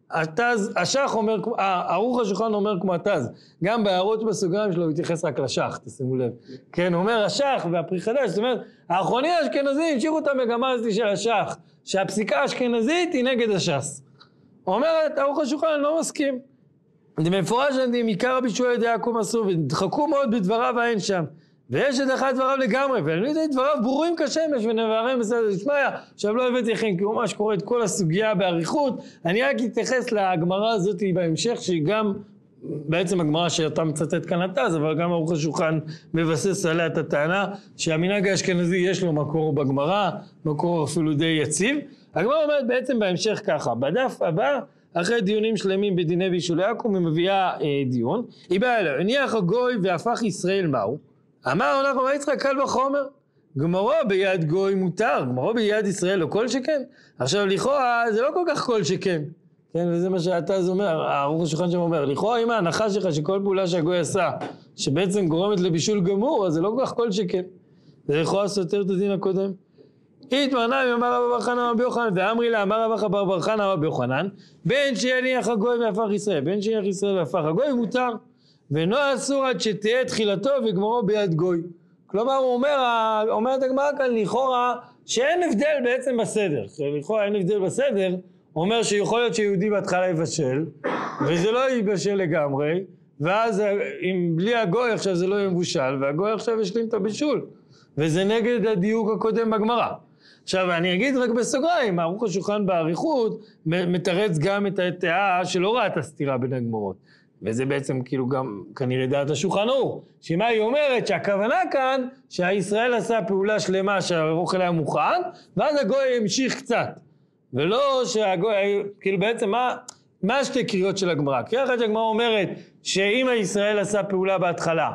התז, השח אומר, ערוך השולחן אומר כמו התז. גם בהערות בסוגריים שלו הוא התייחס רק לשח, תשימו לב. כן, הוא אומר השח והפרי חדש, זאת אומרת, האחרונים האשכנזים המשיכו את המגמה הזאת של השח, שהפסיקה האשכנזית היא נגד הש"ס. הוא אומר, ערוך השולחן אני לא מסכים. זה מפורש אני מעיקר רבי שמואל ידי יעקב מסור, ודחקו מאוד בדבריו ואין שם. ויש את אחד דבריו לגמרי, ואני יודע, דבריו ברורים כשמש ונבהרים בסדר דשמיא. עכשיו לא הבאתי לכם, כי הוא ממש קורא את כל הסוגיה באריכות. אני רק אתייחס לגמרא הזאת בהמשך, שהיא גם בעצם הגמרא שאתה מצטט כאן התז, אבל גם ערוך השולחן מבסס עליה את הטענה, שהמנהג האשכנזי יש לו מקור בגמרא, מקור אפילו די יציב. הגמרא אומרת בעצם בהמשך ככה, בדף הבא, אחרי דיונים שלמים בדיני בישולי עכו"ם, היא מביאה אה, דיון. היא באה אליה, הניח הגוי והפך ישראל מהו? אמר אנחנו מה יצחק קל וחומר, גמרו ביד גוי מותר, גמרו ביד ישראל לא כל שכן. עכשיו לכאורה זה לא כל כך כל שכן, כן, וזה מה שאתה אומר, ערוך השולחן שם אומר, לכאורה אם ההנחה שלך שכל פעולה שהגוי עשה, שבעצם גורמת לבישול גמור, אז זה לא כל כך כל שכן. זה לכאורה סותר את הדין הקודם. התמרנה אמר רבא בר חנא רבי יוחנן, ואמרי לה אמר רבא בר חנא רבי יוחנן, בין שיניח הגוי והפך ישראל, בין שיניח ישראל והפך הגוי מותר. ואינו אסור עד שתהיה תחילתו וגמרו ביד גוי. כלומר הוא אומר, אומרת הגמרא כאן לכאורה שאין הבדל בעצם בסדר. לכאורה אין הבדל בסדר, הוא אומר שיכול להיות שיהודי בהתחלה יבשל, וזה לא יבשל לגמרי, ואז אם בלי הגוי עכשיו זה לא יהיה מבושל, והגוי עכשיו ישלים את הבישול. וזה נגד הדיוק הקודם בגמרא. עכשיו אני אגיד רק בסוגריים, ערוך השולחן באריכות מתרץ גם את הדעה שלא ראה את הסתירה בין הגמרות. וזה בעצם כאילו גם כנראה דעת השולחן ערוך, שמה היא אומרת שהכוונה כאן שהישראל עשה פעולה שלמה שהאוכל היה מוכן, ואז הגוי המשיך קצת, ולא שהגוי, כאילו בעצם מה, מה השתי קריאות של הגמרא? קריאה אחת שהגמרא אומרת שאם הישראל עשה פעולה בהתחלה,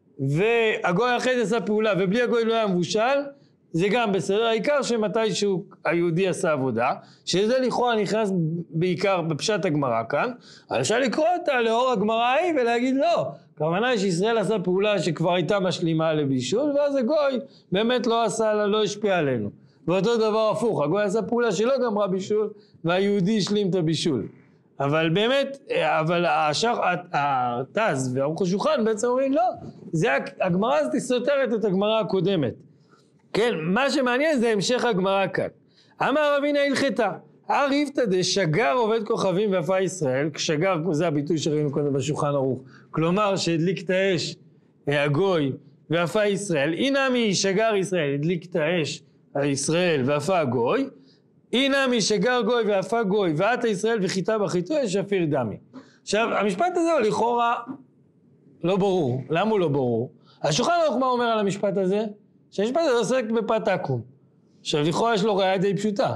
והגוי אחרי זה עשה פעולה, ובלי הגוי לא היה מבושל, זה גם בסדר, העיקר שמתישהו היהודי עשה עבודה, שזה לכאורה נכנס בעיקר בפשט הגמרא כאן, אבל אפשר לקרוא אותה לאור הגמרא ההיא ולהגיד לא, כמובן היא שישראל עשה פעולה שכבר הייתה משלימה לבישול, ואז הגוי באמת לא עשה, לא השפיע עלינו. ואותו דבר הפוך, הגוי עשה פעולה שלא גמרה בישול, והיהודי השלים את הבישול. אבל באמת, אבל השח, התז וערוך השולחן בעצם אומרים לא, זה הגמרא הזאת סותרת את הגמרא הקודמת. כן, מה שמעניין זה המשך הגמרא כאן. אמר רבינה הלכתה, הריבתא דשגר עובד כוכבים ויפה ישראל, שגר זה הביטוי שראינו קודם בשולחן ערוך, כלומר שהדליק את האש הגוי ויפה ישראל, הנה מי שגר ישראל, הדליק את האש ישראל ויפה הגוי, הנה מי שגר גוי ויפה גוי ועתה ישראל וחיטה בחיטוי שפיר דמי. עכשיו המשפט הזה הוא לכאורה לא ברור, למה הוא לא ברור? השולחן ערוך מה אומר על המשפט הזה? שהמשפט הזה עוסק בפת עכו"ם. עכשיו לכאורה יש לו ראיה די פשוטה.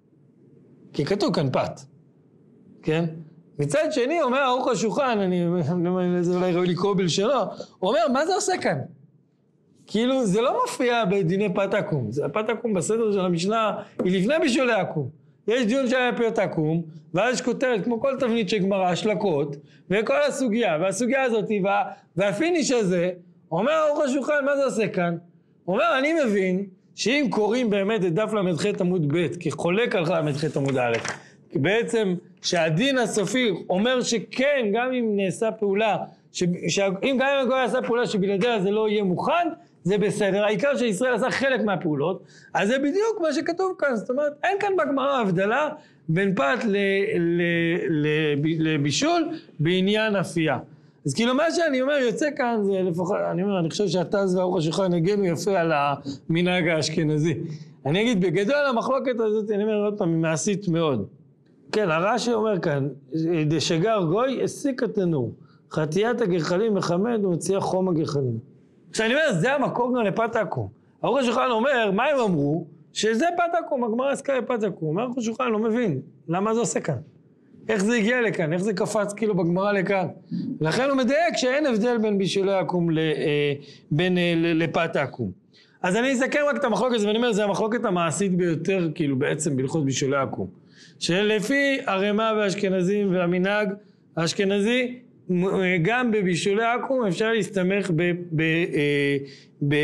כי כתוב כאן פת. כן? מצד שני אומר ערוך השולחן, אני זה אולי ראוי לקרוא בלשונו, הוא אומר מה זה עושה כאן? כאילו זה לא מופיע בדיני פת עכו"ם. פת עכו"ם בסדר של המשנה היא לפני בישולי עכו"ם. יש דיון שהיה פת עכו"ם, ואז יש כותרת כמו כל תבנית של גמרא, השלכות, וכל הסוגיה, והסוגיה הזאת, והפיניש הזה, אומר ערוך השולחן מה זה עושה כאן? הוא אומר, אני מבין שאם קוראים באמת את דף למ"ח עמוד ב' כחולק על למ"ח עמוד א', כי בעצם שהדין הסופי אומר שכן, גם אם נעשה פעולה, ש... שאם גם אם הגוי עשה פעולה שבלעדיה זה לא יהיה מוכן, זה בסדר, העיקר שישראל עשה חלק מהפעולות, אז זה בדיוק מה שכתוב כאן, זאת אומרת, אין כאן בגמרא הבדלה בין פת ל... ל... ל... לבישול בעניין אפייה. אז כאילו מה שאני אומר יוצא כאן זה לפחות, אני אומר, אני חושב שהתז וערוך השולחן הגנו יפה על המנהג האשכנזי. אני אגיד בגדול המחלוקת הזאת, אני אומר עוד פעם, היא מעשית מאוד. כן, הרש"י אומר כאן, דשגר גוי הסיק התנור, חטיית הגחלים מחמד ומציע חום הגחלים. עכשיו אני אומר, זה המקור גם לפת עקום. ערוך השולחן אומר, מה הם אמרו? שזה פת עקום, הגמרא עסקה בפת עקום. אומר ערוך השולחן, לא מבין, למה זה עושה כאן? איך זה הגיע לכאן? איך זה קפץ כאילו בגמרא לכאן? לכן הוא מדייק שאין הבדל בין בישולי עקום בין לפת עקום. אז אני אסכם רק את המחלוקת, ואני אומר, זה המחלוקת המעשית ביותר, כאילו בעצם בהלכות בישולי עקום. שלפי הרמ"א והאשכנזים והמנהג האשכנזי, גם בבישולי עקום אפשר להסתמך ב, ב, ב,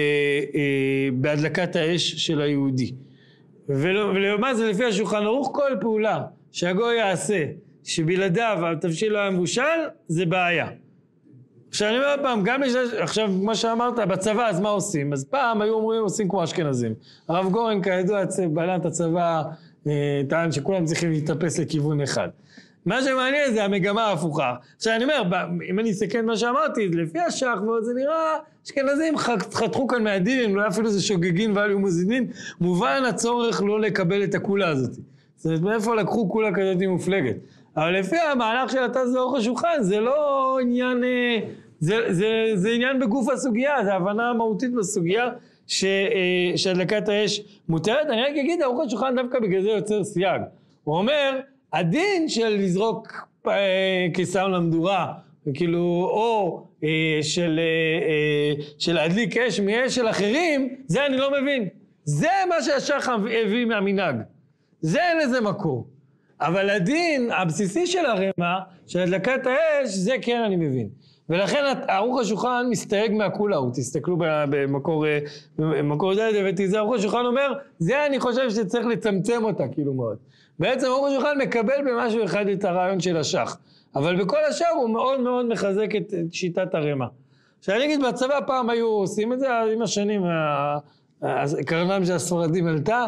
בהדלקת האש של היהודי. ולמה זה לפי השולחן ערוך, כל פעולה שהגוי יעשה, שבלעדיו התבשיל לא היה מבושל, זה בעיה. עכשיו אני אומר פעם, גם יש, עכשיו כמו שאמרת, בצבא אז מה עושים? אז פעם היו אומרים עושים כמו אשכנזים. הרב גורן כידוע בעלת הצבא טען שכולם צריכים להתאפס לכיוון אחד. מה שמעניין זה המגמה ההפוכה. עכשיו אני אומר, אם אני אסכן מה שאמרתי, לפי השח ועוד זה נראה, אשכנזים חתכו כאן מהדין, לא אפילו זה שוגגין ואל יהיו מזידין, מובן הצורך לא לקבל את הכולה הזאת. זאת אומרת, מאיפה לקחו כולה כזאת מופלגת. אבל לפי המהלך של התז ערוך השולחן, זה לא עניין, זה, זה, זה עניין בגוף הסוגיה, זה הבנה מהותית בסוגיה, ש, שהדלקת האש מותרת. אני רק אגיד, ערוך השולחן דווקא בגלל זה יוצר סייג. הוא אומר, הדין של לזרוק קיסם למדורה, כאילו, או אה, של, אה, של להדליק אש מאש של אחרים, זה אני לא מבין. זה מה שהשח הביא מהמנהג. זה אין לזה מקור. אבל הדין הבסיסי של הרמ"א, של הדלקת האש, זה כן אני מבין. ולכן ערוך השולחן מסתייג מהכולאות. תסתכלו במקור, במקור זה, ותיזה ערוך השולחן אומר, זה אני חושב שצריך לצמצם אותה, כאילו מאוד. בעצם ערוך השולחן מקבל במשהו אחד את הרעיון של השח. אבל בכל השאר הוא מאוד מאוד מחזק את שיטת הרמ"א. שאני אגיד, בצבא פעם היו עושים את זה, עם השנים, קרנם של הספרדים עלתה,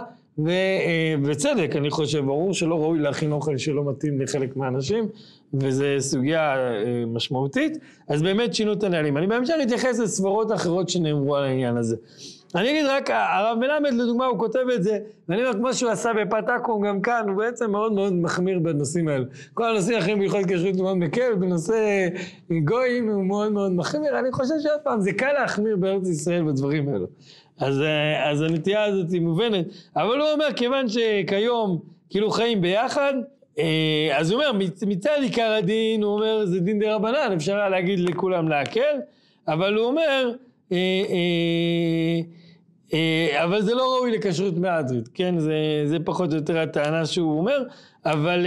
ובצדק אני חושב, ברור שלא ראוי להכין אוכל שלא מתאים לחלק מהאנשים, וזו סוגיה משמעותית, אז באמת שינו את הנהלים. אני בהמשך אתייחס לסברות אחרות שנאמרו על העניין הזה. אני אגיד רק, הרב מלמד לדוגמה הוא כותב את זה, ואני אומר כמו שהוא עשה בפת עקום גם כאן, הוא בעצם מאוד מאוד מחמיר בנושאים האלו. כל הנושאים האחרים בהלכות כשרות הוא מאוד מקל, בנושא גויים הוא מאוד מאוד מחמיר. אני חושב שעוד פעם זה קל להחמיר בארץ ישראל בדברים האלו. אז, אז הנטייה הזאת היא מובנת, אבל הוא אומר כיוון שכיום כאילו חיים ביחד, אז הוא אומר מצד עיקר הדין, הוא אומר זה דין דה רבנן, אפשר היה להגיד לכולם להקל, אבל הוא אומר, אבל זה לא ראוי לכשרות מהדרית, כן, זה, זה פחות או יותר הטענה שהוא אומר, אבל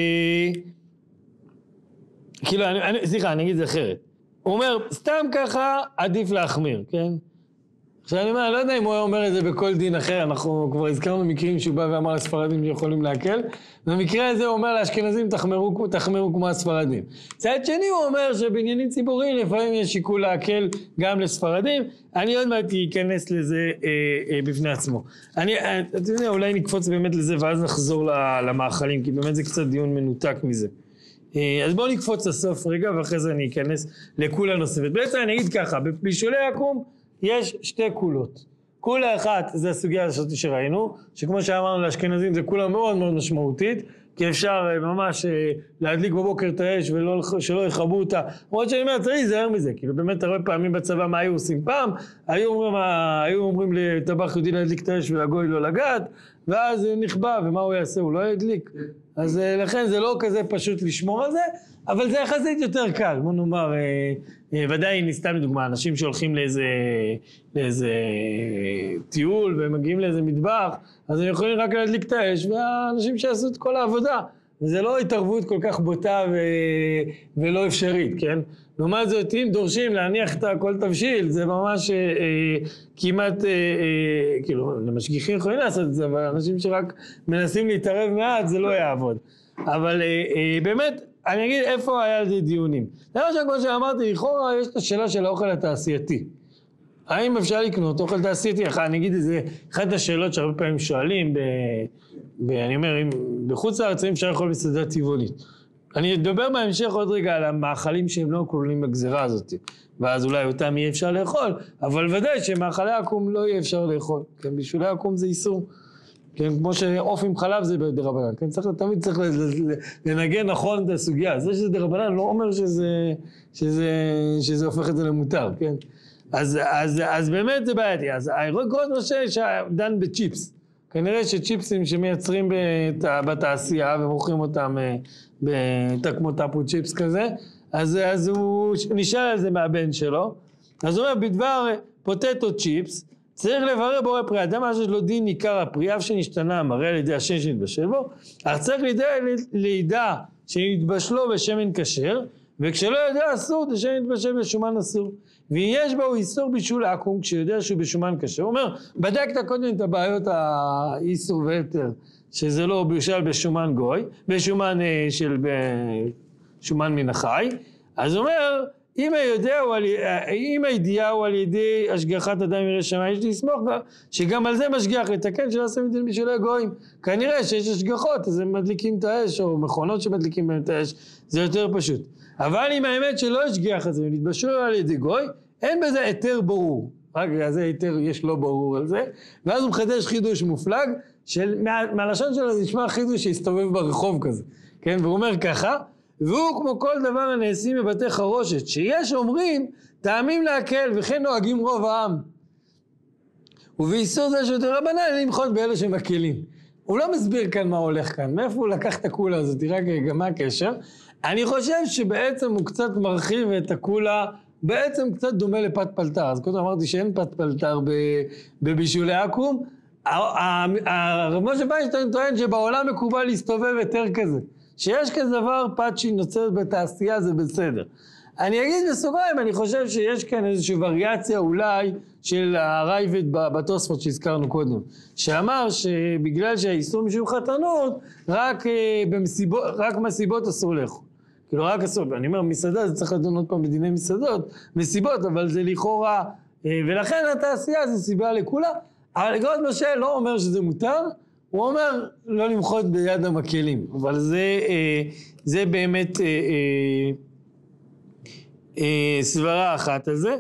כאילו, אני, אני, סליחה, אני אגיד את זה אחרת, הוא אומר סתם ככה עדיף להחמיר, כן? עכשיו אני אומר, אני לא יודע אם הוא אומר את זה בכל דין אחר, אנחנו כבר הזכרנו מקרים שהוא בא ואמר לספרדים שיכולים להקל, במקרה הזה הוא אומר לאשכנזים תחמרו, תחמרו כמו הספרדים. צד שני הוא אומר שבעניינים ציבוריים לפעמים יש שיקול להקל גם לספרדים, אני עוד מעט אכנס לזה אה, אה, בפני עצמו. אני, אה, אתה יודע, אולי נקפוץ באמת לזה ואז נחזור למאכלים, כי באמת זה קצת דיון מנותק מזה. אז בואו נקפוץ לסוף רגע ואחרי זה אני אכנס לכולה נוספת. בעצם אני אגיד ככה, בבישולי עקום, יש שתי קולות. קולה אחת זה הסוגיה הזאת שראינו, שכמו שאמרנו לאשכנזים זה קולה מאוד מאוד משמעותית, כי אפשר ממש להדליק בבוקר את האש ושלא יחבו אותה. למרות שאני אומר, צריך להיזהר מזה, כאילו באמת הרבה פעמים בצבא מה היו עושים פעם, היו אומרים, היו אומרים לטבח יהודי להדליק את האש ולגוי לא לגעת, ואז נכבה, ומה הוא יעשה? הוא לא ידליק. אז לכן זה לא כזה פשוט לשמור על זה, אבל זה יחסית יותר קל. בוא נאמר, ודאי נסתם לדוגמה, אנשים שהולכים לאיזה, לאיזה טיול ומגיעים לאיזה מטבח, אז הם יכולים רק להדליק את האש, והאנשים שעשו את כל העבודה. וזה לא התערבות כל כך בוטה ו... ולא אפשרית, כן? לעומת זאת, אם דורשים להניח את כל תבשיל, זה ממש אה, כמעט, אה, אה, כאילו, למשגיחים יכולים לעשות את זה, אבל אנשים שרק מנסים להתערב מעט, זה לא יעבוד. אבל אה, אה, באמת, אני אגיד איפה היה לזה דיונים. למשל, כמו שאמרתי, לכאורה יש את השאלה של האוכל התעשייתי. האם אפשר לקנות אוכל תעשייתי? אני אגיד את זה, אחת השאלות שהרבה פעמים שואלים, ב, ב, אני אומר, בחוץ לארץ אפשר לאכול מסעדה טבעונית. אני אדבר בהמשך עוד רגע על המאכלים שהם לא כלולים בגזירה הזאת, ואז אולי אותם יהיה אפשר לאכול, אבל ודאי שמאכלי עקום לא יהיה אפשר לאכול, כי בישולי עקום זה איסור. כן, כמו שעוף עם חלב זה דרבנן, כן, צריך, תמיד צריך לנגן נכון את הסוגיה, זה שזה דרבנן לא אומר שזה, שזה, שזה הופך את זה למותר, כן, אז, אז, אז באמת זה בעייתי, אז הירקות ראשי שדן בצ'יפס, כנראה שצ'יפסים שמייצרים בת, בתעשייה ומוכרים אותם בתא כמו טאפו צ'יפס כזה, אז, אז הוא נשאל על זה מהבן שלו, אז הוא אומר בדבר פוטטו צ'יפס, צריך לברר בורא פרי אדם, מה שיש לו דין עיקר הפרי, אף שנשתנה מראה על ידי השם שנתבשל בו, אך צריך לידע שנתבשלו בשמן כשר, וכשלא יודע אסור, זה שנתבשל בשומן אסור. ואם יש בו איסור בישול עקום, כשיודע שהוא בשומן כשר, הוא אומר, בדקת קודם את הבעיות האיסור ויתר, שזה לא בישל בשומן גוי, בשומן של שומן מן החי, אז הוא אומר, אם הידיעה הוא על, אם הידיעה הוא על ידי השגחת אדם ירא שמיים, יש לסמוך שגם על זה משגיח לתקן שלא עושים דין בישולי גויים. כנראה שיש השגחות, אז הם מדליקים את האש, או מכונות שמדליקים בהם את האש, זה יותר פשוט. אבל אם האמת שלא השגיח את זה, ונתבשלו על ידי גוי, אין בזה היתר ברור. רק זה היתר יש לא ברור על זה, ואז הוא מחדש חידוש מופלג, של, מה, מהלשון שלו זה נשמע חידוש שהסתובב ברחוב כזה. כן, והוא אומר ככה, והוא כמו כל דבר הנעשים בבתי חרושת, שיש אומרים טעמים להקל וכן נוהגים רוב העם. ובאיסור זה שיותר רבנן למחות באלה שמקלים. הוא לא מסביר כאן מה הולך כאן, מאיפה הוא לקח את הקולה הזאת, תראה גם מה הקשר. אני חושב שבעצם הוא קצת מרחיב את הקולה, בעצם קצת דומה לפת פלטר. אז קודם אמרתי שאין פת פלטר בבישולי עקום. הרב משה פיינשטיין טוען שבעולם מקובל להסתובב יותר כזה. שיש כזה דבר פת שהיא נוצרת בתעשייה זה בסדר. אני אגיד בסוגריים, אני חושב שיש כאן איזושהי וריאציה אולי של הרייבד בתוספות שהזכרנו קודם, שאמר שבגלל שהאיסור משום חתנות, רק במסיבות, רק מסיבות אסור לאכול. כאילו רק אסור, אני אומר מסעדה זה צריך לדון עוד פעם בדיני מסעדות, מסיבות, אבל זה לכאורה, ולכן התעשייה זה סיבה לכולה, אבל גוד משה לא אומר שזה מותר, הוא אומר לא למחות ביד המקלים, אבל זה, זה באמת סברה אחת הזה.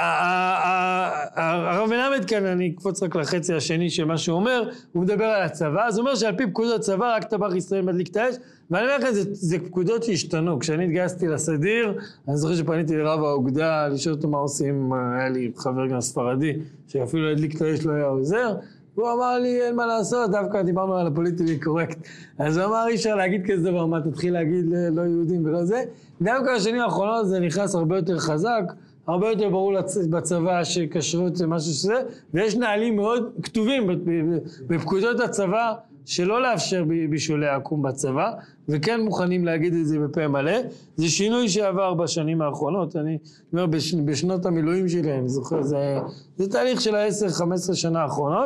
הרב מלמד כאן, אני אקפוץ רק לחצי השני של מה שהוא אומר, הוא מדבר על הצבא, אז הוא אומר שעל פי פקודות צבא רק טבח ישראל מדליק את האש, ואני אומר לכם, זה, זה פקודות שהשתנו. כשאני התגייסתי לסדיר, אני זוכר שפניתי לרב האוגדה, לשאול אותו מה עושים, היה לי חבר גם ספרדי, שאפילו להדליק את האש לא היה עוזר, והוא אמר לי, אין מה לעשות, דווקא דיברנו על הפוליטיקלי קורקט. אז הוא אמר, אי אפשר להגיד כזה דבר, מה תתחיל להגיד לא יהודים ולא זה. דווקא השנים האחרונות זה נכנס הרבה יותר חזק, הרבה יותר ברור בצבא שקשרות זה משהו שזה, ויש נהלים מאוד כתובים בפקודות הצבא, שלא לאפשר בישולי עקום בצבא, וכן מוכנים להגיד את זה בפה מלא. זה שינוי שעבר בשנים האחרונות, אני אומר בשנות המילואים שלהם, זוכר, זה, זה תהליך של ה-עשר חמש עשרה שנה האחרונות.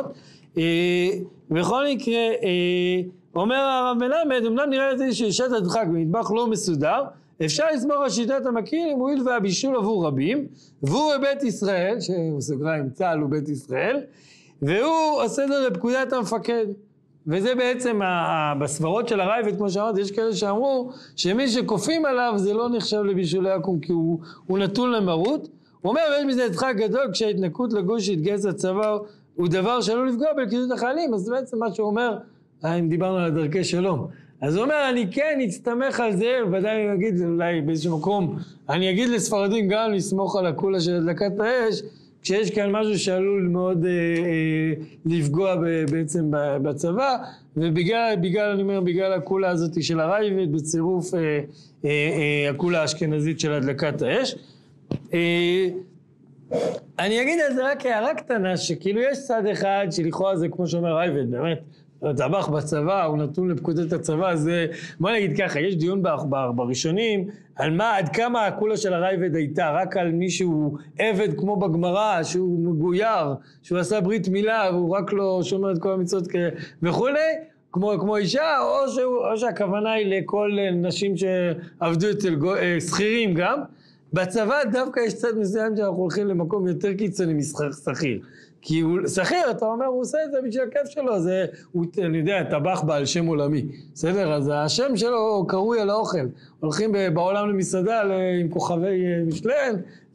בכל מקרה, אומר הרב מלמד, אמנם נראה לזה שישת הדחק במטבח לא מסודר, אפשר לסמוך על שיטת המקלים, הואיל והבישול עבור רבים, והוא בבית ישראל, שהוא סוגריים צה"ל הוא בית ישראל, והוא עושה את זה לפקודת המפקד. וזה בעצם בסברות של הרייבד, כמו שאמרת, יש כאלה שאמרו שמי שקופים עליו זה לא נחשב לבישולי עקום, כי הוא, הוא נתון למרות. הוא אומר, ויש מזה יצחק גדול, כשההתנקות לגוש שהתגייס לצבא הוא דבר שעלול לפגוע בלכידות החיילים, אז בעצם מה שהוא אומר, אם דיברנו על דרכי שלום, אז הוא אומר, אני כן אצטמך על זה, ודאי אני אגיד אולי באיזשהו מקום, אני אגיד לספרדים גם לסמוך על הקולה של הדלקת האש, כשיש כאן משהו שעלול מאוד אה, אה, לפגוע ב, בעצם בצבא, ובגלל, בגלל, אני אומר, בגלל הקולה הזאת של הרייבד, בצירוף אה, אה, אה, הקולה האשכנזית של הדלקת האש. אה, אני אגיד על זה רק הערה קטנה, שכאילו יש צד אחד שלכאורה זה כמו שאומר רייבד, באמת, טבח בצבא, הוא נתון לפקודות הצבא, זה, בוא נגיד ככה, יש דיון בראשונים, על מה, עד כמה הקולה של הרייבד הייתה, רק על מישהו עבד כמו בגמרא, שהוא מגויר, שהוא עשה ברית מילה, והוא רק לא שומר את כל המצוות וכולי, כמו, כמו אישה, או, שהוא, או שהכוונה היא לכל נשים שעבדו אצל שכירים גם, בצבא דווקא יש צד מסוים שאנחנו הולכים למקום יותר קיצוני משכיר. כי הוא שכיר, אתה אומר, הוא עושה את זה בשביל הכיף שלו, זה, הוא, אני יודע, טבח בעל שם עולמי, בסדר? אז השם שלו קרוי על האוכל, הולכים בעולם למסעדה עם כוכבי משלן,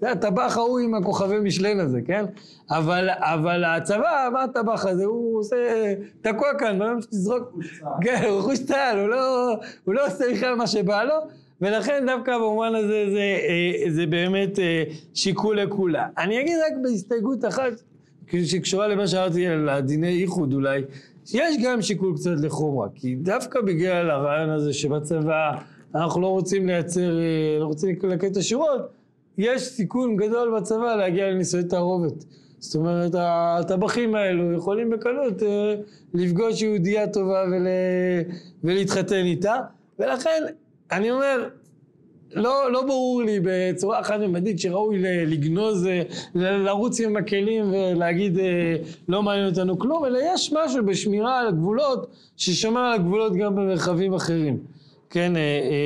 זה הטבח ההוא עם הכוכבי משלן הזה, כן? אבל, אבל הצבא, מה הטבח הזה? הוא עושה, תקוע כאן, לא שתזרוק. כן, הוא חוש צהל, הוא לא, הוא לא עושה בכלל מה שבא לו, ולכן דווקא במובן הזה זה, זה באמת שיקול לכולה. אני אגיד רק בהסתייגות אחת, שקשורה למה שאמרתי על הדיני איחוד אולי, יש גם שיקול קצת לחומרה, כי דווקא בגלל הרעיון הזה שבצבא אנחנו לא רוצים לייצר, לא רוצים לקט את השורות, יש סיכון גדול בצבא להגיע לנישואי תערובת. זאת אומרת, הטבחים האלו יכולים בקלות לפגוש יהודייה טובה ול... ולהתחתן איתה, ולכן אני אומר, לא, לא ברור לי בצורה חד ממדית שראוי לגנוז, לרוץ עם הכלים ולהגיד לא מעניין אותנו כלום, אלא יש משהו בשמירה על הגבולות ששומר על הגבולות גם במרחבים אחרים. כן,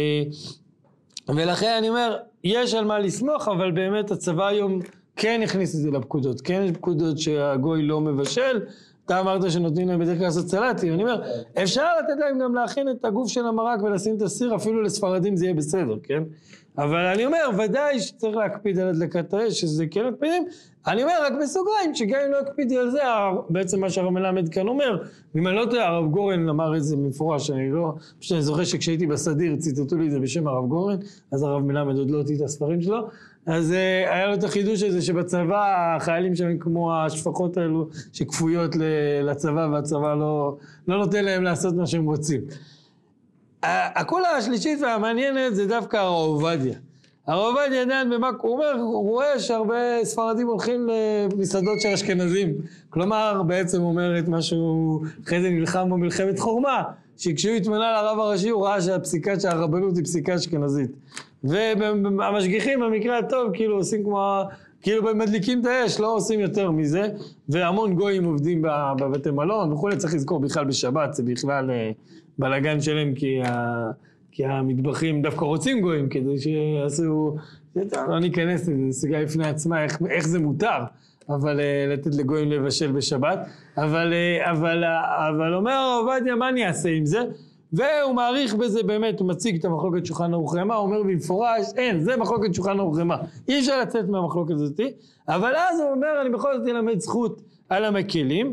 ולכן אני אומר, יש על מה לסמוך, אבל באמת הצבא היום כן הכניס את זה לפקודות, כן יש פקודות שהגוי לא מבשל, אתה אמרת שנותנים להם בדרך כלל לעשות סלטים, אני אומר, אפשר לתת להם גם להכין את הגוף של המרק ולשים את הסיר, אפילו לספרדים זה יהיה בסדר, כן? אבל אני אומר, ודאי שצריך להקפיד על הדלקת האש, שזה כן מקפידים, אני אומר רק בסוגריים, שגם אם לא הקפידי על זה, בעצם מה שהרב מלמד כאן אומר, אם אני לא יודע, הרב גורן אמר את זה מפורש, אני לא, פשוט אני זוכר שכשהייתי בסדיר, ציטטו לי את זה בשם הרב גורן, אז הרב מלמד עוד לא הוציא את הספרים שלו, אז uh, היה לו את החידוש הזה שבצבא החיילים שם כמו השפחות האלו שכפויות לצבא והצבא לא, לא נותן להם לעשות מה שהם רוצים. הקולה השלישית והמעניינת זה דווקא הרב עובדיה. הרב עובדיה עדיין במה הוא אומר, הוא רואה שהרבה ספרדים הולכים למסעדות של אשכנזים. כלומר בעצם אומר את מה שהוא אחרי זה נלחם במלחמת חורמה, שכשהוא התמנה לרב הראשי הוא ראה שהפסיקה של הרבנות היא פסיקה אשכנזית. והמשגיחים במקרה הטוב כאילו עושים כמו, כאילו מדליקים את האש, לא עושים יותר מזה, והמון גויים עובדים בבתי מלון וכו', צריך לזכור בכלל בשבת, זה בכלל בלגן שלהם, כי, ה, כי המטבחים דווקא רוצים גויים, כדי שיעשו, לא ניכנס לזה, סוגיה לפני עצמה, איך, איך זה מותר, אבל לתת לגויים לבשל בשבת, אבל, אבל, אבל אומר הרב עובדיה, מה אני אעשה עם זה? והוא מעריך בזה באמת, הוא מציג את המחלוקת שולחן ערוך רמה, הוא אומר במפורש, אין, זה מחלוקת שולחן ערוך רמה, אי אפשר לצאת מהמחלוקת הזאת, אבל אז הוא אומר, אני בכל זאת אלמד זכות על המקלים,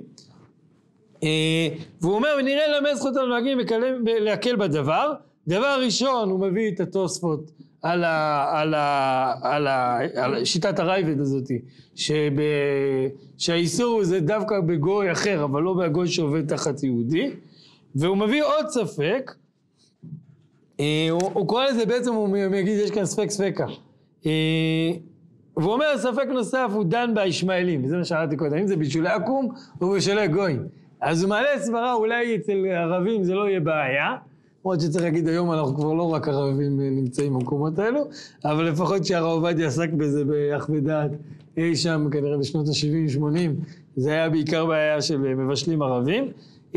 והוא אומר, ונראה ללמד זכות על הנוהגים להקל בדבר, דבר ראשון הוא מביא את התוספות על, ה, על, ה, על, ה, על שיטת הרייבד הזאת, שב, שהאיסור זה דווקא בגוי אחר, אבל לא בגוי שעובד תחת יהודי, והוא מביא עוד ספק, הוא, הוא קורא לזה בעצם, הוא מגיד, יש כאן ספק ספקה, והוא אומר, ספק נוסף הוא דן בישמעאלים, וזה מה שאלתי קודם, אם זה בישולי עקום או בישולי גויים. אז הוא מעלה סברה, אולי אצל ערבים זה לא יהיה בעיה, למרות שצריך להגיד היום אנחנו כבר לא רק ערבים נמצאים במקומות האלו, אבל לפחות שהרב עובדיה עסק בזה באחוות דעת, אי שם כנראה בשנות ה-שבעים שמונים, זה היה בעיקר בעיה של מבשלים ערבים,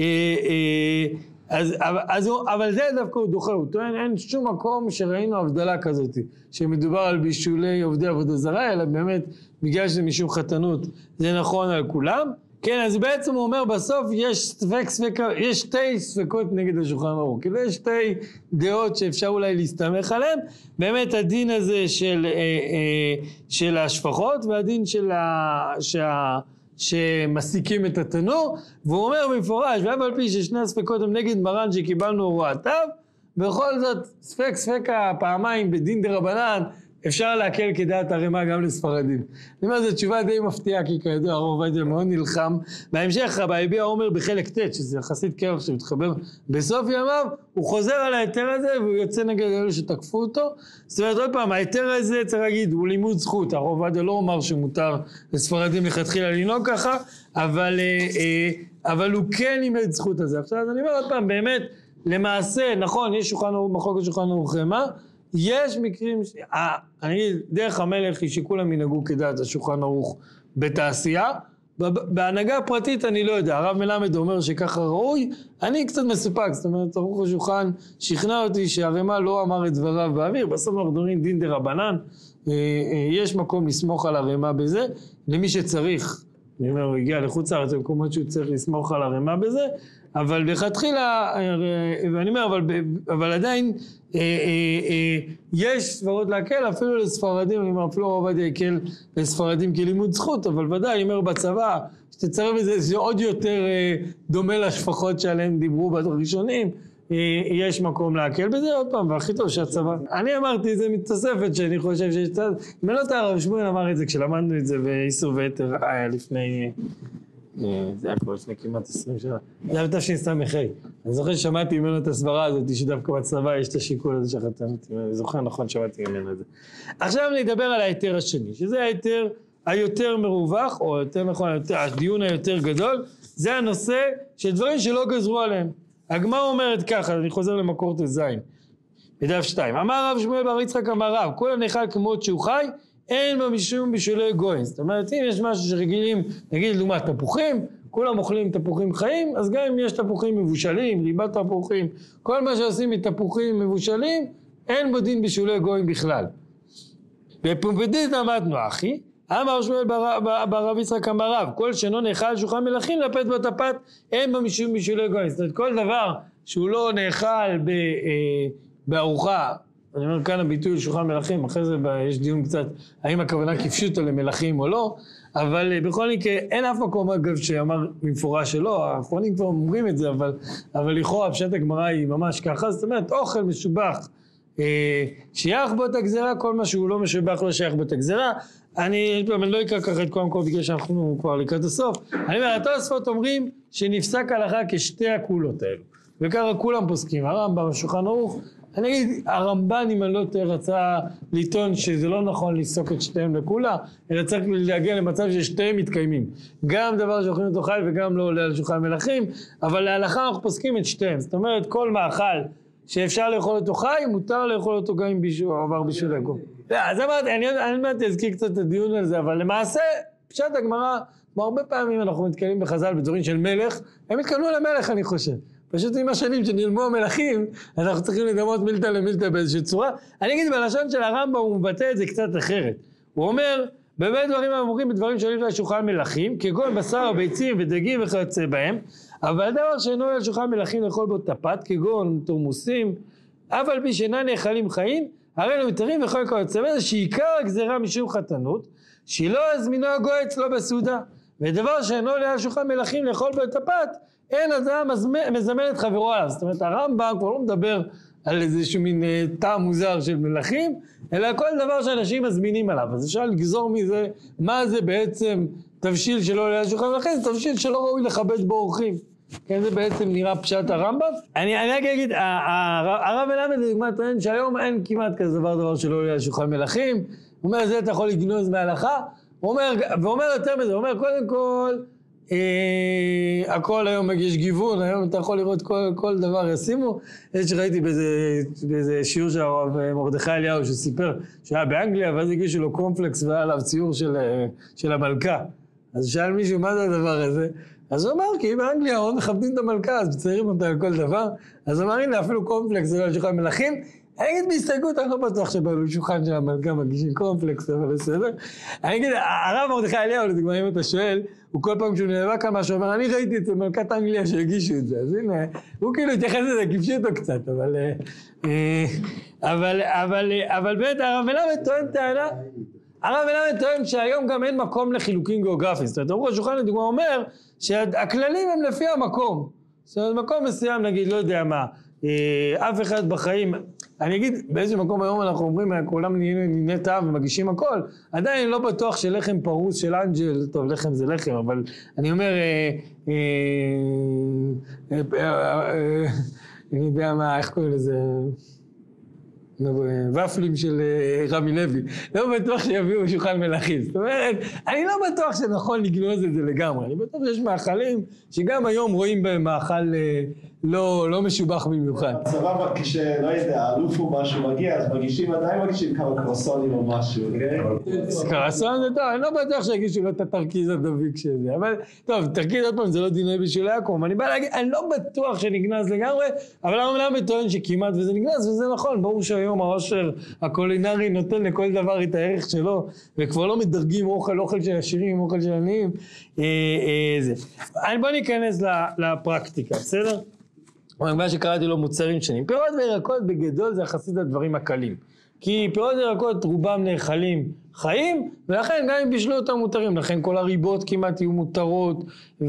אז, אז הוא, אבל זה דווקא הוא דוחה, הוא טוען, אין שום מקום שראינו הבדלה כזאת, שמדובר על בישולי עובדי עבודה זרה, אלא באמת בגלל שזה משום חתנות, זה נכון על כולם. כן, אז בעצם הוא אומר בסוף יש ספק ספקה, יש שתי ספקות נגד השולחן ערוך, כאילו יש שתי דעות שאפשר אולי להסתמך עליהן, באמת הדין הזה של, אה, אה, של השפחות והדין של ה... שה... שמסיקים את התנור, והוא אומר במפורש, ואף על פי ששני הספקות הם נגד מרן שקיבלנו הוראתיו, בכל זאת ספק ספקה פעמיים בדין דרבנן, אפשר להקל כדעת הרמ"א גם לספרדים. אני אומר, זו תשובה די מפתיעה, כי כידוע הרב עובדיה מאוד נלחם. בהמשך רבי הביע עומר בחלק ט', שזה יחסית כרך שמתחבר בסוף ימיו, הוא חוזר על ההיתר הזה, והוא יוצא נגד אלו שתקפו אותו. זאת אומרת, עוד פעם, ההיתר הזה צריך להגיד, הוא לימוד זכות. הרב עובדיה לא אומר שמותר לספרדים לכתחילה לנהוג ככה, אבל, אבל הוא כן לימד זכות הזה. עכשיו, אז אני אומר עוד פעם, באמת, למעשה, נכון, יש שולחן ערוך, מחלוקת שולחן ערוך רמה, יש מקרים, ש... אני אגיד, דרך המלך היא שכולם ינהגו כדעת השולחן ערוך בתעשייה, בהנהגה הפרטית אני לא יודע, הרב מלמד אומר שככה ראוי, אני קצת מסופק, זאת אומרת, ערוך השולחן שכנע אותי שהרמ"א לא אמר את דבריו באוויר, בסוף אנחנו מדברים דין דרבנן, יש מקום לסמוך על הרמ"א בזה, למי שצריך אני אומר, הוא הגיע לחוץ לארץ, במקומות שהוא צריך לסמוך על הרמה בזה, אבל לכתחילה, ואני אומר, אבל, אבל עדיין אה, אה, אה, יש סברות להקל, אפילו לספרדים, אני אומר, אפילו עובדיה יקל לספרדים כלימוד זכות, אבל ודאי, אני אומר, בצבא, שתצטרף בזה, זה עוד יותר אה, דומה לשפחות שעליהם דיברו בראשונים, יש מקום להקל בזה עוד פעם, והכי טוב שהצבא. אני אמרתי, זה מתוספת שאני חושב שיש צד, אם לא תראה, רב שמואל אמר את זה כשלמדנו את זה באיסור ויתר, היה לפני, זה היה כבר לפני כמעט עשרים שנה, זה היה תשס"ה. אני זוכר ששמעתי ממנו את הסברה הזאת, שדווקא בצבא יש את השיקול הזה שחתמתי, אני זוכר נכון שמעתי ממנו את זה. עכשיו נדבר על ההיתר השני, שזה ההיתר היותר מרווח, או יותר נכון, הדיון היותר גדול, זה הנושא של דברים שלא גזרו עליהם. הגמרא אומרת ככה, אני חוזר למקור תזין, בדף שתיים. אמר רב שמואל בר יצחק אמר רב, כל הנאכל כמות שהוא חי, אין בה משום בישולי גויים. זאת אומרת, אם יש משהו שרגילים, נגיד לעומת תפוחים, כולם אוכלים תפוחים חיים, אז גם אם יש תפוחים מבושלים, ריבת תפוחים, כל מה שעושים מתפוחים מבושלים, אין בו דין בישולי גויים בכלל. בפומפדית אמרנו אחי, אמר שמואל בר רב יצחק אמר רב, כל שאינו נאכל שולחן מלכים לפת בטפת, אין בה משום בישולי גויים. זאת אומרת, כל דבר שהוא לא נאכל ב, אה, בארוחה, אני אומר כאן הביטוי שולחן מלכים, אחרי זה יש דיון קצת, האם הכוונה כפשוטו למלכים או לא, אבל אה, בכל מקרה, אין אף מקום אגב שאמר במפורש שלא, האחרונים כבר אומרים את זה, אבל, אבל לכאורה פשט הגמרא היא ממש ככה, זאת אומרת, אוכל משובח, אה, שייך בו את הגזרה, כל מה שהוא לא משובח לא שייך בו את הגזרה, אני, אני לא אקרא ככה את כל המקום בגלל שאנחנו כבר לקראת הסוף. אני אומר, התוספות אומרים שנפסק הלכה כשתי הקולות האלו. וככה כולם פוסקים, הרמב"ם, השולחן ערוך. אני אגיד, הרמב"ן אם אני לא טועה רצה לטעון שזה לא נכון לפסוק את שתיהם לכולה, אלא צריך להגיע למצב ששתיהם מתקיימים. גם דבר שאוכלים אותו חי וגם לא עולה על שולחן מלכים, אבל להלכה אנחנו פוסקים את שתיהם. זאת אומרת, כל מאכל שאפשר לאכול אותו חי, מותר לאכול אותו גם עם בישול, עבר בישול לגו. אז אמרתי, אני מעט אזכיר קצת את הדיון על זה, אבל למעשה, פשט הגמרא, כמו הרבה פעמים אנחנו מתקיימים בחז"ל בדברים של מלך, הם התקיימו למלך אני חושב. פשוט עם השנים שנלמו המלכים, אנחנו צריכים לדמות מילתא למילתא באיזושהי צורה. אני אגיד, בלשון של הרמב"ם הוא מבטא את זה קצת אחרת. הוא אומר, באמת דברים אמורים בדברים שעולים על שולחן מלכים, כגון בשר, ביצים ודגים וכיוצא בהם, אבל דבר שאינו על שולחן מלכים לאכול בו טפת, כגון תורמוסים, אף על פי שאינם נאכלים חיים, הרי הם מתרים וכל כיוצא בזה, שעיקר הגזירה משום חתנות, שהיא לא הזמינו הגוי אצלו בסעודה, ודבר שאינו עולה על שולחן מלכים לאכול בו טפת, אין אדם מזמן את חברו עליו. זאת אומרת, הרמב"ם כבר לא מדבר על איזשהו מין טעם מוזר של מלכים, אלא כל דבר שאנשים מזמינים עליו. אז אפשר לגזור מזה מה זה בעצם תבשיל שלא עולה על שולחן מלכים, זה תבשיל שלא ראוי לכבד בו אורחים. כן, זה בעצם נראה פשט הרמב"ם. אני, אני רק אגיד, הרב מלמד לדוגמה טוען שהיום אין כמעט כזה דבר דבר שלא עולה על שולחן מלכים. הוא אומר, זה אתה יכול לגנוז מההלכה. הוא אומר, ואומר יותר מזה, הוא אומר, קודם כל, אה, הכל היום יש גיוון, היום אתה יכול לראות כל, כל דבר ישימו. יש שראיתי באיזה, באיזה שיעור של הרב מרדכי אליהו, שסיפר שהיה באנגליה, ואז הגישו לו קומפלקס והיה עליו ציור של, של המלכה. אז שאל מישהו, מה זה הדבר הזה? אז הוא אמר, כי באנגליה עוד מכבדים את המלכה, אז מציירים אותה על כל דבר. אז הוא אמר, הנה, אפילו קומפלקס זה לא על שולחן מלכים. אני אגיד בהסתייגות, אני לא בטוח שבשולחן של המלכה מגישים קומפלקס, אבל בסדר. אני אגיד, הרב מרדכי אליהו, לדוגמה, אם אתה שואל, הוא כל פעם כשהוא נאבק על משהו, הוא אומר, אני ראיתי את מלכת אנגליה שהגישו את זה, אז הנה, הוא כאילו התייחס לזה, כיפשו אותו קצת, אבל... אבל, אבל, אבל באמת, הרב מלמד טוען טענה, הרב מלמד טוען שהיום גם אין מקום לחילוקים גיאוגרפיים. זאת אומרת, ארוך השולחן לדוגמה אומר שהכללים הם לפי המקום. זאת אומרת, מקום מסוים, נגיד, לא יודע מה, אף אחד בחיים, אני אגיד, באיזה מקום היום אנחנו אומרים, כולם נהנה טעם ומגישים הכל, עדיין לא בטוח שלחם פרוס של אנג'ל, טוב, לחם זה לחם, אבל אני אומר, אני יודע מה, איך קוראים לזה, ופלים של רמי לוי, לא בטוח שיביאו שולחן מלכים. זאת אומרת, אני לא בטוח שנכון לגנוז את זה לגמרי, אני בטוח שיש מאכלים שגם היום רואים בהם מאכל לא, לא משובח במיוחד. סבבה, כשלא יודע, האלוף או משהו מגיע, אז מגישים, עדיין מגישים כמה קרסונים או משהו, אוקיי? קרסון זה טוב, אני לא בטוח שיגישו לו את התרכיז הדביק שזה, אבל טוב, תרכיז עוד פעם, זה לא דיני בשביל יעקב, אני בא להגיד, אני לא בטוח שנגנז לגמרי, אבל הרב מלמד טוען שכמעט וזה נגנז, וזה נכון, ברור שהיום העושר הקולינרי נותן לכל דבר את הערך שלו, וכבר לא מדרגים אוכל, אוכל של עשירים, אוכל של עניים, זה. בוא ניכנס לפרקטיקה, בסדר? מה שקראתי לו מוצרים שונים. פירות וירקות בגדול זה יחסית הדברים הקלים. כי פירות וירקות רובם נאכלים חיים, ולכן גם אם בישלו אותם מותרים, לכן כל הריבות כמעט יהיו מותרות,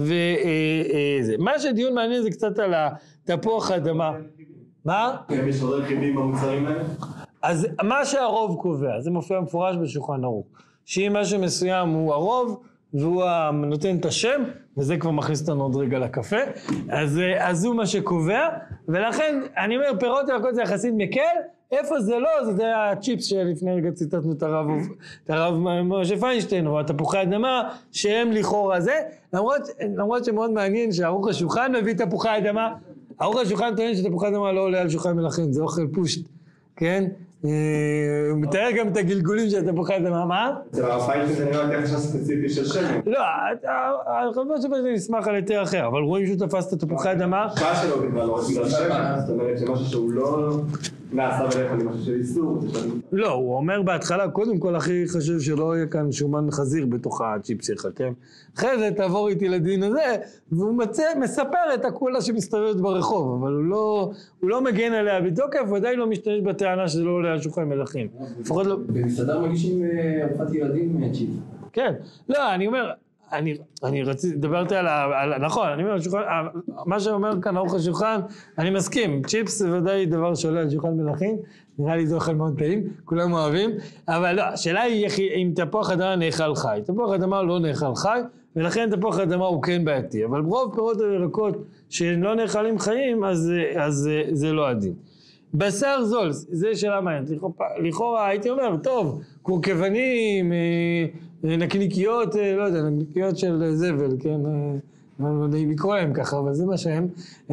וזה. מה שדיון מעניין זה קצת על התפוח האדמה. מה? יש עוד רכיבים במוצרים האלה? אז מה שהרוב קובע, זה מופיע מפורש בשולחן ערוך, שאם משהו מסוים הוא הרוב, והוא נותן את השם, וזה כבר מכניס אותנו עוד רגע לקפה, אז, אז הוא מה שקובע, ולכן אני אומר, פירות וירקות זה יחסית מקל, איפה זה לא, זה, זה הצ'יפס שלפני רגע ציטטנו את הרב, את הרב משה פיינשטיין, או התפוחי אדמה, שהם לכאורה זה, למרות, למרות שמאוד מעניין שערוך השולחן מביא תפוחי אדמה, ערוך השולחן טוען שתפוחי אדמה לא עולה על שולחן מלכים, זה אוכל פושט, כן? הוא מתאר גם את הגלגולים של תפוחי אדמה, מה? אצל הרב פיינשטיין זה נראה יותר חשש ספציפי של שמן. לא, הרב שפיינשטיין נשמח על יותר אחר, אבל רואים שהוא תפס את תפוחי אדמה. השפעה שלו בכלל, לא רק בגלל שמן, זאת אומרת שמשהו שהוא לא נעשה בדרך כלל, משהו של איסור. לא, הוא אומר בהתחלה, קודם כל הכי חשוב שלא יהיה כאן שומן חזיר בתוך הצ'יפ שלך, כן? אחרי זה תעבור איתי לדין הזה, והוא מצא, מספר את הקולה שמסתובבת ברחוב, אבל הוא לא, הוא לא מגן עליה בתוקף, ודאי לא משתמש בטענה שזה לא עולה על שולחן מלכים. לפחות לא... במסעדה מגישים ארוחת ילדים צ'יפ. כן, לא, אני אומר, אני, אני רציתי, דברתי על, על, נכון, אני אומר, שולחן, מה שאומר כאן ארוך השולחן, אני מסכים, צ'יפס זה ודאי דבר שעולה על שולחן מלכים, נראה לי זה אוכל מאוד טעים, כולם אוהבים, אבל לא, השאלה היא אם תפוח אדמה נאכל חי, תפוח אדמה לא נאכל חי, ולכן תפוח אדמה הוא כן בעייתי, אבל ברוב פירות וירקות שלא נאכלים חיים, אז, אז זה לא הדין. בשר זול, זה שאלה מעניינת, לכאורה הייתי אומר, טוב, קורקבנים, נקניקיות, לא יודע, נקניקיות של זבל, כן, לא יודע אם לקרוא להם ככה, אבל זה מה שהם,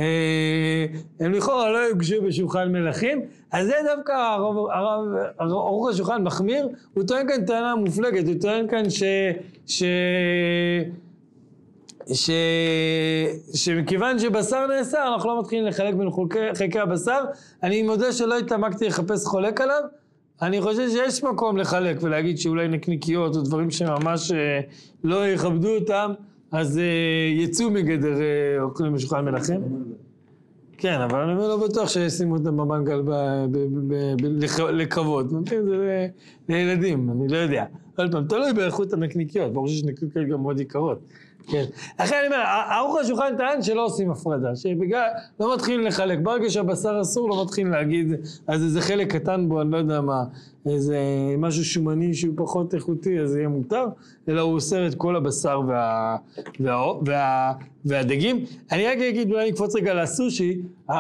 הם לכאורה לא יוגשו בשולחן מלכים, אז זה דווקא הרב ארוך השולחן מחמיר, הוא טוען כאן טענה מופלגת, הוא טוען כאן ש... ש... ש... שמכיוון שבשר נאסר, אנחנו לא מתחילים לחלק בין חלקי הבשר, אני מודה שלא התעמקתי לחפש חולק עליו, אני חושב שיש מקום לחלק ולהגיד שאולי נקניקיות או דברים שממש לא יכבדו אותם, אז יצאו מגדר אוכלים בשולחן מלכים. כן, אבל אני לא בטוח שישימו אותם במנגל לקרבות, נותנים זה לילדים, אני לא יודע. עוד פעם, תלוי באיכות הנקניקיות, ברור שיש נקניקיות גם מאוד יקרות. כן. אחרי אני אומר, ארוך השולחן טען שלא עושים הפרדה, שבגלל, לא מתחילים לחלק, ברגע שהבשר אסור לא מתחילים להגיד, אז איזה חלק קטן בו, אני לא יודע מה, איזה משהו שומני שהוא פחות איכותי, אז זה יהיה מותר, אלא הוא אוסר את כל הבשר וה, וה, וה, והדגים. אני רק אגיד, אולי נקפוץ רגע לסושי,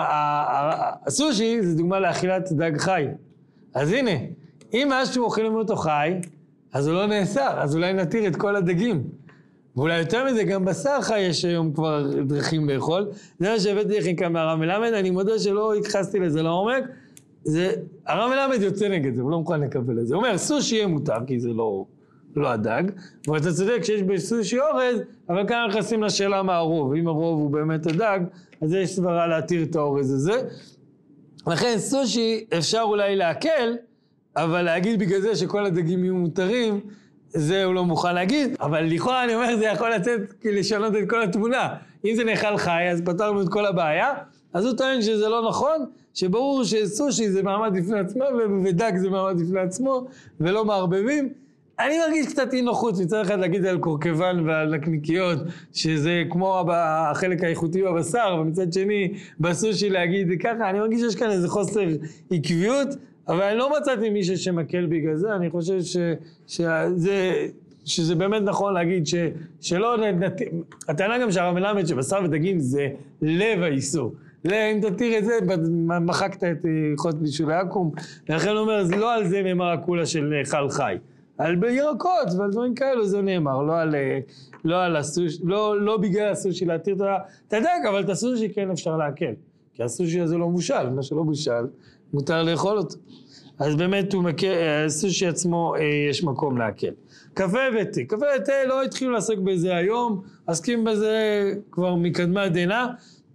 הסושי זה דוגמה לאכילת דג חי. אז הנה, אם משהו אוכלים אותו חי, אז הוא לא נאסר, אז אולי נתיר את כל הדגים. ואולי יותר מזה, גם בשר חי יש היום כבר דרכים לאכול. זה מה שהבאתי לכם כאן מהרב מלמד, אני מודה שלא הכחסתי לזה לעומק. זה, הרב מלמד יוצא נגד זה, הוא לא מוכן לקבל את זה. הוא אומר, סושי יהיה מותר, כי זה לא, לא הדג. ואתה צודק שיש בסושי אורז, אבל כאן נכנסים לשאלה מה הרוב. אם הרוב הוא באמת הדג, אז יש סברה להתיר את האורז הזה. לכן סושי אפשר אולי להקל, אבל להגיד בגלל זה שכל הדגים יהיו מותרים, זה הוא לא מוכן להגיד, אבל לכאורה אני אומר, זה יכול לצאת, לשנות את כל התמונה. אם זה נאכל חי, אז פתרנו את כל הבעיה, אז הוא טוען שזה לא נכון, שברור שסושי זה מעמד לפני עצמו, ודג זה מעמד לפני עצמו, ולא מערבבים. אני מרגיש קצת אי נוחות, מצד אחד להגיד על קורקבן ועל נקניקיות, שזה כמו החלק האיכותי בבשר, ומצד שני, בסושי להגיד ככה, אני מרגיש שיש כאן איזה חוסר עקביות, אבל אני לא מצאתי מישהו שמקל בגלל זה, אני חושב ש, שזה, שזה באמת נכון להגיד ש, שלא, נת, הטענה גם שהרב מלמד שבשר ודגים זה לב האיסור. אם תתיר את זה, מחקת את הלכות בישול יעקב, ולכן הוא אומר, לא על זה נאמר הקולה של חל חי. על ירקות ועל דברים כאלו זה נאמר, לא על, לא על הסושי, לא, לא בגלל הסושי להתיר את הדג, אבל את הסושי כן אפשר להקל, כי הסושי הזה לא מושל, מה שלא מושל, מותר לאכול אותו. אז באמת הוא מקל, הסושי עצמו יש מקום להקל. קפה ותה, קפה ותה לא התחילו לעסוק בזה היום, עסקים בזה כבר מקדמת דנא.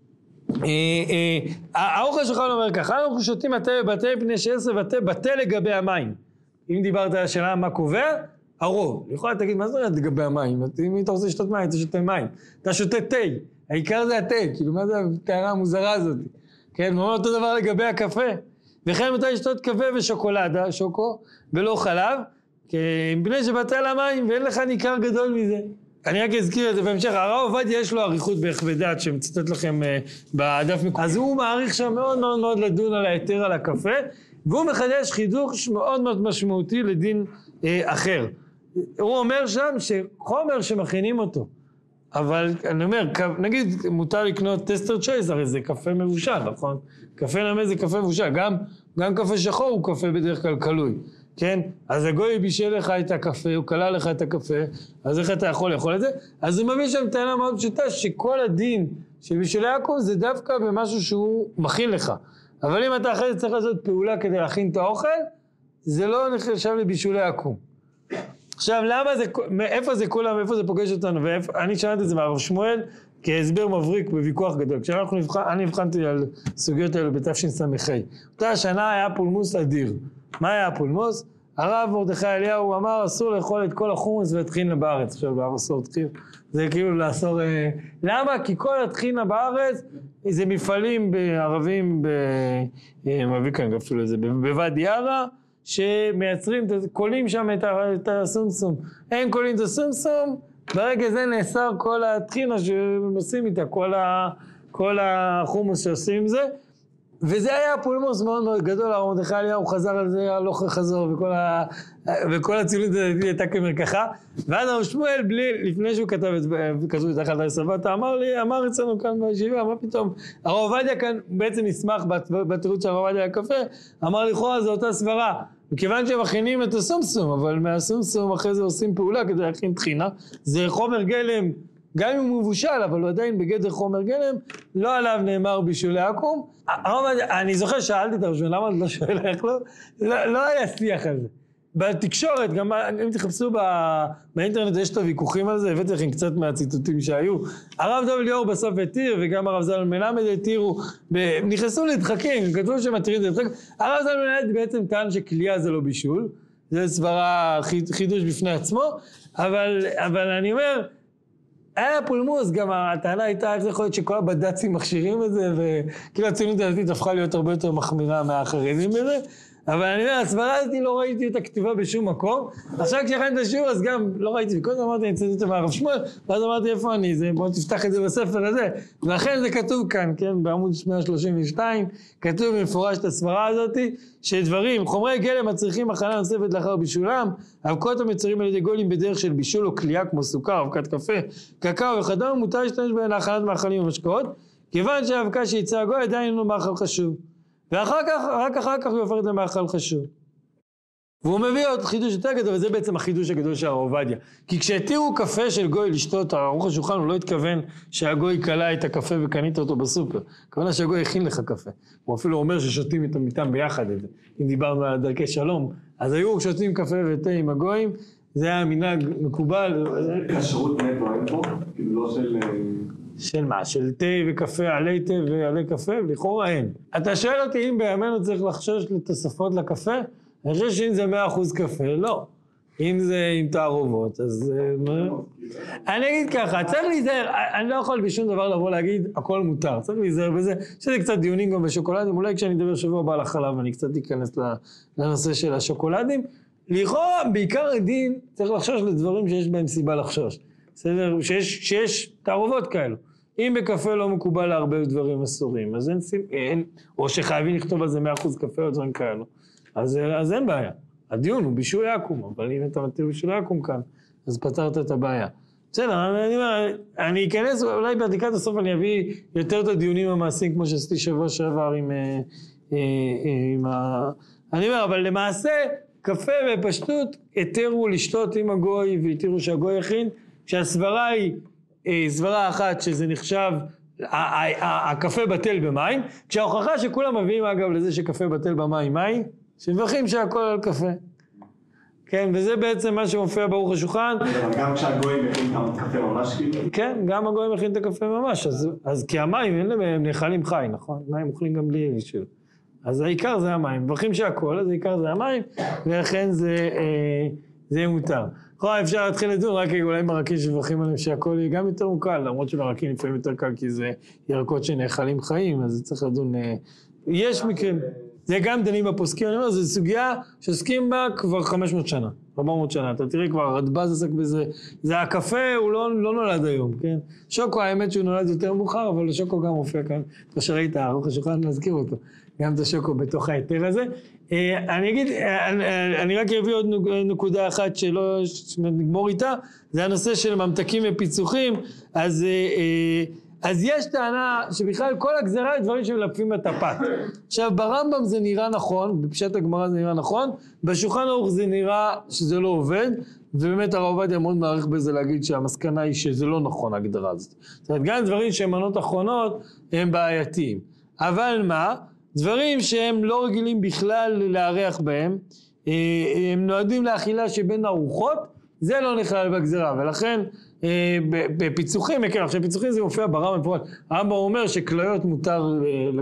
האורך השולחן אומר ככה, אנחנו שותים התה בבתי פני שעשר ותה בתה לגבי המים. אם דיברת על השאלה מה קובע, הרוב. יכולה תגיד, מה זה לגבי המים? אם אתה רוצה לשתות מים, אתה שותה מים. אתה שותה תה, העיקר זה התה, כאילו מה זה הטענה המוזרה הזאת? כן, הוא אומר אותו דבר לגבי הקפה. וכן מתי לשתות קפה ושוקולדה, שוקו, ולא חלב, כי מפני שבטל המים ואין לך ניכר גדול מזה. אני רק אזכיר את זה בהמשך, הרב עובדיה יש לו עריכות בהחוות דעת שמצטט לכם uh, בדף מקום. אז הוא מעריך שם מאוד מאוד מאוד לדון על היתר על הקפה, והוא מחדש חידוש מאוד מאוד משמעותי לדין uh, אחר. הוא אומר שם שחומר שמכינים אותו, אבל אני אומר, נגיד מותר לקנות טסטר צ'ייס, הרי זה קפה מבושל, נכון? קפה נמי זה קפה מבושל, גם, גם קפה שחור הוא קפה בדרך כלל קלוי. כן? אז הגוי בישל לך את הקפה, הוא קלה לך את הקפה, אז איך אתה יכול לאכול את זה? אז הוא מביא שם טענה מאוד פשוטה, שכל הדין של בישולי עכו"ם זה דווקא במשהו שהוא מכין לך. אבל אם אתה אחרי זה צריך לעשות פעולה כדי להכין את האוכל, זה לא נחשב לבישולי עכו"ם. עכשיו, למה זה, איפה זה כולם, איפה זה פוגש אותנו? ואני שמעתי את זה מהרב שמואל, כהסבר מבריק בוויכוח גדול. כשאנחנו נבחן, אני הבחנתי על סוגיות האלה בתשס"ה. אותה השנה היה פולמוס אדיר. מה היה הפולמוס? הרב מרדכי אליהו אמר, אסור לאכול את כל החומוס והטחינה בארץ. עכשיו, בארץ אסור טחינה. זה כאילו לאסור... אה... למה? כי כל הטחינה בארץ, זה מפעלים בערבים, ב... אה, מביא כאן אפילו זה, בוואדי ערה, שמייצרים, קולים שם את, ה... את הסומסום. הם קולים את הסומסום, ברגע זה נאסר כל הטחינה שעושים איתה, כל, ה... כל החומוס שעושים עם זה, וזה היה פולמוס מאוד מאוד גדול, הרב מרדכי אליהו חזר על זה הלוך וחזור, וכל, ה... וכל הציונות הייתה כמרקחה, ואז הרב שמואל, בלי, לפני שהוא כתב את, כתבו את אחת הסבת, אמר לי, אמר אצלנו כאן בישיבה, מה פתאום? הרב עובדיה כאן בעצם נשמח בתירוץ של הרב עובדיה הקפה, אמר לכאורה זו אותה סברה, מכיוון שהם מכינים את הסומסום, אבל מהסומסום אחרי זה עושים פעולה כדי להכין טחינה, זה חומר גלם, גם אם הוא מבושל, אבל הוא עדיין בגדר חומר גלם, לא עליו נאמר בישולי עכו"ם. אני זוכר, שאלתי את הראשון, למה לא שואל איך לא? לא היה שיח על זה. בתקשורת, גם אם תחפשו באינטרנט, יש את הוויכוחים על זה, הבאתי לכם קצת מהציטוטים שהיו. הרב דב ליאור בסוף התיר, וגם הרב זלמן מלמד התירו, נכנסו לדחקים, כתבו שמתירים את זה. הרב זלמן מלמד בעצם טען שכלייה זה לא בישול, זה סברה חידוש בפני עצמו, אבל, אבל אני אומר, היה פולמוס, גם הטענה הייתה איך זה יכול להיות שכל הבד"צים מכשירים את זה, וכאילו הציונות הדתית הפכה להיות הרבה יותר מחמירה מהחרדים בזה, אבל אני אומר, הסברה הזאת לא ראיתי אותה כתובה בשום מקום, עכשיו כשהכנתי את השיעור אז גם לא ראיתי, וקודם אמרתי, אני אצטט את מהרב שמואל, ואז אמרתי איפה אני, זה, בוא תפתח את זה בספר הזה, ואכן זה כתוב כאן, כן, בעמוד מאה שלושים ושתיים, כתוב במפורש את הסברה הזאת, שדברים, חומרי גלם מצריכים הכנה נוספת לאחר בישולם, אבקות המצורים על ידי גולים בדרך של בישול או קלייה כמו סוכר, אבקת קפה, קקאו וכדומה, מותר להשתמש בהן להכנת מאכלים ומשקאות, כיוון שהאבקה שיצא הגוי עדיין אינו מאכל חשוב. ואחר כך, רק אחר כך הוא הופך את זה מאכל חשוב. והוא מביא עוד חידוש יותר גדול, וזה בעצם החידוש הגדול של הרב עובדיה. כי כשהתירו קפה של גוי לשתות, ערוך השולחן הוא לא התכוון שהגוי קלה את הקפה וקנית אותו בסופר. הכוונה שהגוי הכין לך קפה. הוא אפילו אומר ששותים איתם איתם ביחד את זה. אם דיברנו על דרכי שלום, אז היו שותים קפה ותה עם הגויים, זה היה מנהג מקובל. כשרות נטו אין פה? כאילו לא של... של מה? של תה וקפה, עלי תה ועלי קפה, ולכאורה אין. אתה שואל אותי אם בימינו צריך לחשוש לתוספות לקפה? אני חושב שאם זה מאה אחוז קפה, לא. אם זה עם תערובות, אז... אני אגיד ככה, צריך להיזהר, אני לא יכול בשום דבר לבוא להגיד, הכל מותר, צריך להיזהר בזה, שזה קצת דיונים גם בשוקולדים, אולי כשאני אדבר שבוע הבא על החלב, אני קצת אכנס לנושא של השוקולדים. לכאורה, בעיקר הדין, צריך לחשוש לדברים שיש בהם סיבה לחשוש. בסדר? שיש, שיש תערובות כאלו. אם בקפה לא מקובל להרבה דברים אסורים, אז אין סיבה, אין, או שחייבים לכתוב על זה מאה אחוז קפה או דברים כאלו, אז, אז אין בעיה. הדיון הוא בישול עכו"ם, אבל אם אתה מתיר בישול עכו"ם כאן, אז פתרת את הבעיה. בסדר, אני אומר, אני אכנס, אולי בדיקת הסוף אני אביא יותר את הדיונים המעשיים, כמו שעשיתי שבוע שעבר עם, עם ה... אני אומר, אבל למעשה, קפה בפשטות התירו לשתות עם הגוי והתירו שהגוי יכין, כשהסברה היא אה, סברה אחת שזה נחשב, הקפה בטל במים, כשההוכחה שכולם מביאים אגב לזה שקפה בטל במים, מהי? שמברכים שהכל על קפה. כן, וזה בעצם מה שמופיע ברוך השולחן. גם כשהגוי מכין את הקפה ממש כאילו? כן, גם הגוי מכין את הקפה ממש, אז, אז כי המים אין להם נאכלים חי, נכון? מים אוכלים גם בלי אישור. אז העיקר זה המים, מברכים שהכל, אז העיקר זה המים, ולכן זה, אה, זה מותר. נכון, אפשר להתחיל לדון, רק אולי מרקים שמברכים עליהם שהכל יהיה גם יותר מוקל, למרות שמרקים לפעמים יותר קל, כי זה ירקות שנאכלים חיים, אז צריך לדון, אה, יש מקרים. זה גם דנים בפוסקים, אני אומר, זו סוגיה שעוסקים בה כבר חמש מאות שנה, ארבע מאות שנה, אתה תראי כבר, הרדב"ז עסק בזה, זה הקפה, הוא לא, לא נולד היום, כן? שוקו, האמת שהוא נולד יותר מאוחר, אבל השוקו גם מופיע כאן, כמו שראית, הרוך השולחן להזכיר אותו, גם את השוקו בתוך היתר הזה. אני אגיד, אני, אני רק אביא עוד נקודה אחת שלא נגמור איתה, זה הנושא של ממתקים ופיצוחים, אז... אז יש טענה שבכלל כל הגזרה היא דברים שמלפים בטפת. עכשיו ברמב"ם זה נראה נכון, בפשט הגמרא זה נראה נכון, בשולחן ערוך זה נראה שזה לא עובד, ובאמת הרב עובדיה מאוד מעריך בזה להגיד שהמסקנה היא שזה לא נכון ההגדרה הזאת. זאת אומרת גם דברים שהם מנות אחרונות הם בעייתיים. אבל מה? דברים שהם לא רגילים בכלל לארח בהם, הם נועדים לאכילה שבין ארוחות, זה לא נכלל בגזרה, ולכן בפיצוחים, כן, עכשיו פיצוחים זה מופיע ברמב"ם מפורט, הרמב"ם אומר שכליות מותר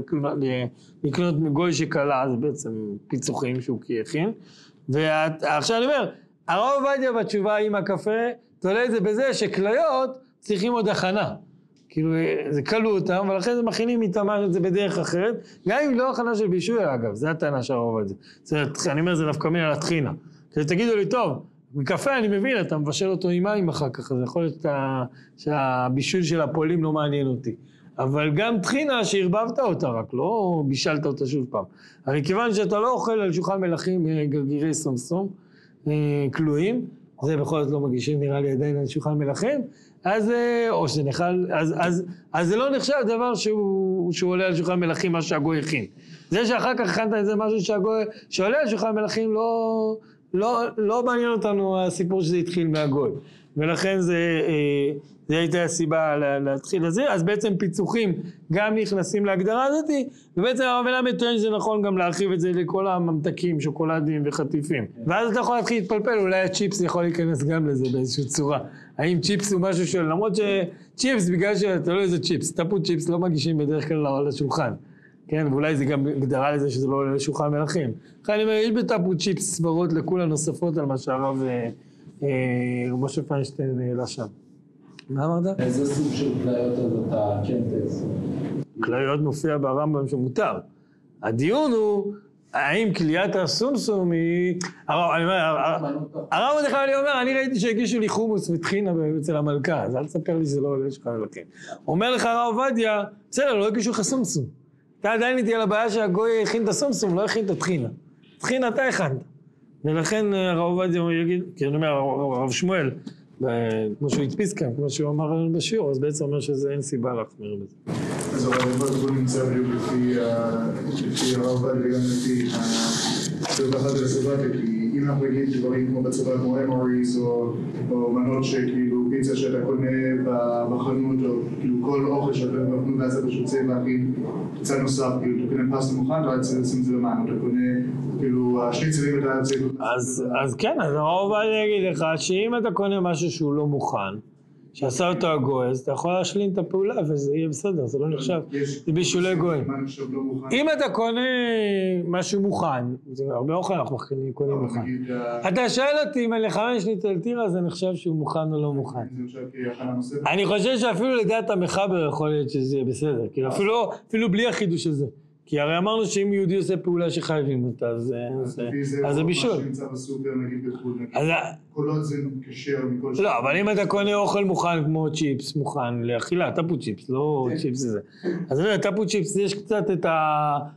לקנות מגוי שקלה, זה בעצם פיצוחים שהוא הכין, ועכשיו אני אומר, הרב עובדיה בתשובה עם הקפה, תולה את זה בזה שכליות צריכים עוד הכנה, כאילו זה קלו אותם, ולכן זה מכינים איתם את זה בדרך אחרת, גם אם לא הכנה של בישול אגב, זה הטענה של הרב עובדיה, אני אומר זה נפקא מינה לתחינה, כי תגידו לי טוב, בקפה אני מבין, אתה מבשל אותו עם מים אחר כך, אז יכול להיות שהבישול של הפועלים לא מעניין אותי. אבל גם תחינה שהרבבת אותה, רק לא בישלת אותה שוב פעם. אבל כיוון שאתה לא אוכל על שולחן מלכים גרגירי סומסום, כלואים, זה בכל זאת לא מגישים נראה לי עדיין על שולחן מלכים, אז, או שזה נחל, אז, אז, אז זה לא נחשב דבר שהוא, שהוא עולה על שולחן מלכים, מה שהגוי הכין. זה שאחר כך הכנת את זה משהו שהגוי, שעולה על שולחן מלכים לא... לא, לא מעניין אותנו הסיפור שזה התחיל מהגוי, ולכן זה, זה הייתה הסיבה להתחיל לזה, אז בעצם פיצוחים גם נכנסים להגדרה הזאת, ובעצם הרב מלמד טוען שזה נכון גם להרחיב את זה לכל הממתקים, שוקולדים וחטיפים, ואז אתה יכול להתחיל להתפלפל, אולי הצ'יפס יכול להיכנס גם לזה באיזושהי צורה, האם צ'יפס הוא משהו של, למרות שצ'יפס, בגלל שאתה לא איזה צ'יפס, טפו צ'יפס לא מגישים בדרך כלל על השולחן, כן, ואולי זה גם גדרה לזה שזה לא עולה לשולחן מלכים. אני אומר, יש בטאפו צ'יפס סברות לכול הנוספות על מה שהרב משה פיינשטיין העלה שם. מה אמרת? איזה סוג של כליות אז אתה כן תעשה? כליות מופיע ברמב"ם שמותר. הדיון הוא, האם כליית הסומסום היא... הרב עוד אחד לי אומר, אני ראיתי שהגישו לי חומוס וטחינה אצל המלכה, אז אל תספר לי שזה לא עולה לשולחן מלכים. אומר לך הרב עובדיה, בסדר, לא הגישו לך סומסום. אתה עדיין איתי על הבעיה שהגוי הכין את הסומסום, לא הכין את התחינה. תחינה אתה הכנת. ולכן הרב עובדיה יגיד, כי אני אומר, הרב שמואל, כמו שהוא הדפיס כאן, כמו שהוא אמר בשיעור, אז בעצם אומר שזה אין סיבה להחמיר בזה. אז הרב עובדיה נמצא בדיוק לפי הרב עובדיה וגם לפי שבחת לסבתיה, כי אם אנחנו נגיד דברים כמו בצבא כמו אמוריז או מנות שכאילו פיצה שאתה קונה בחנות או כאילו כל אוכל שאתה קונה ואז אתה שרוצה להכין קצת נוסף, כאילו אתה קונה פסטה מוכן ואתה צריך לשים את זה למים, אתה קונה כאילו השניצלים אתה צריך... אז כן, אז הרב עובדיה יגיד לך שאם אתה קונה משהו שהוא לא מוכן, שעשה אותו הגוי, אז אתה יכול להשלים את הפעולה וזה יהיה בסדר, זה לא נחשב, זה בישולי גוי. אם אתה קונה משהו מוכן, זה הרבה אוכל אנחנו קונים מוכן. אתה שואל אותי אם לחמש ליטר טירה זה נחשב שהוא מוכן או לא מוכן. אני חושב שאפילו לדעת המחבר יכול להיות שזה יהיה בסדר, אפילו בלי החידוש הזה. כי הרי אמרנו שאם יהודי עושה פעולה שחייבים אותה, אז זה בישול. מה שנמצא בסופר נגיד בחו"ל, כל עוד זה קשר מכל שם. לא, אבל אם אתה קונה אוכל מוכן כמו צ'יפס מוכן לאכילה, טאפו צ'יפס, לא צ'יפס זה. אז אני אומר, טאפו צ'יפס יש קצת את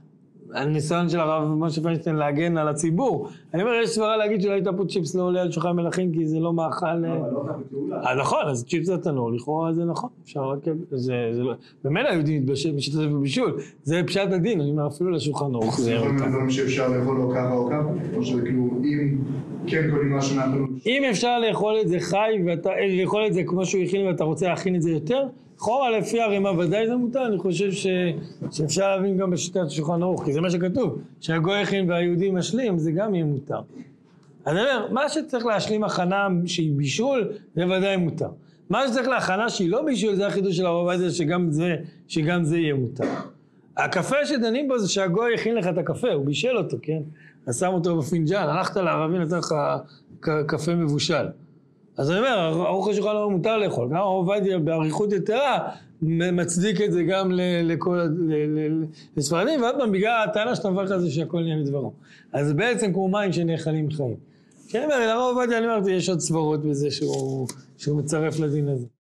הניסיון של הרב משה פיינשטיין להגן על הציבור. אני אומר, יש סברה להגיד שלא הייתה פה צ'יפס לא עולה על שולחן מלכים, כי זה לא מאכל... לא, לא תחת תאולה. אה, נכון, אז צ'יפס זה תנור, לכאורה זה נכון. אפשר רק... זה לא... במילא היהודים משתתף בבישול. זה פשט הדין, אני אומר, אפילו לשולחן ארוך. זה יכול להיות דברים שאפשר לאכול או ככה או ככה, או שזה כאילו, אם כן קונים משהו מאכול... אם אפשר לאכול את זה חי, ואתה... לאכול את זה כמו שהוא הכין ואתה רוצה להכין את זה יותר, לכאורה לפי הרימה ודאי זה מותר, אני חושב ש... שאפשר להבין גם בשיטת שולחן ערוך, כי זה מה שכתוב, שהגוי הכין והיהודי משלים, זה גם יהיה מותר. אני אומר, מה שצריך להשלים הכנה שהיא בישול, זה ודאי מותר. מה שצריך להכנה שהיא לא בישול, זה החידוש של הרב עובדיה, שגם זה, שגם זה יהיה מותר. הקפה שדנים בו זה שהגוי הכין לך את הקפה, הוא בישל אותו, כן? אז שם אותו בפינג'אן, הלכת לערבי, נתן לך קפה מבושל. אז אני אומר, ארוך השולחן ערוך מותר לאכול, גם הרב עובדיה באריכות יתרה מצדיק את זה גם לכל הספרדים, ועוד פעם בגלל הטענה שאתה מברך על זה שהכל נהיה מדברו. אז זה בעצם כמו מים שנאכלים חיים. כשאני אומר, לרב עובדיה אני אומר, יש עוד סברות בזה שהוא מצרף לדין הזה.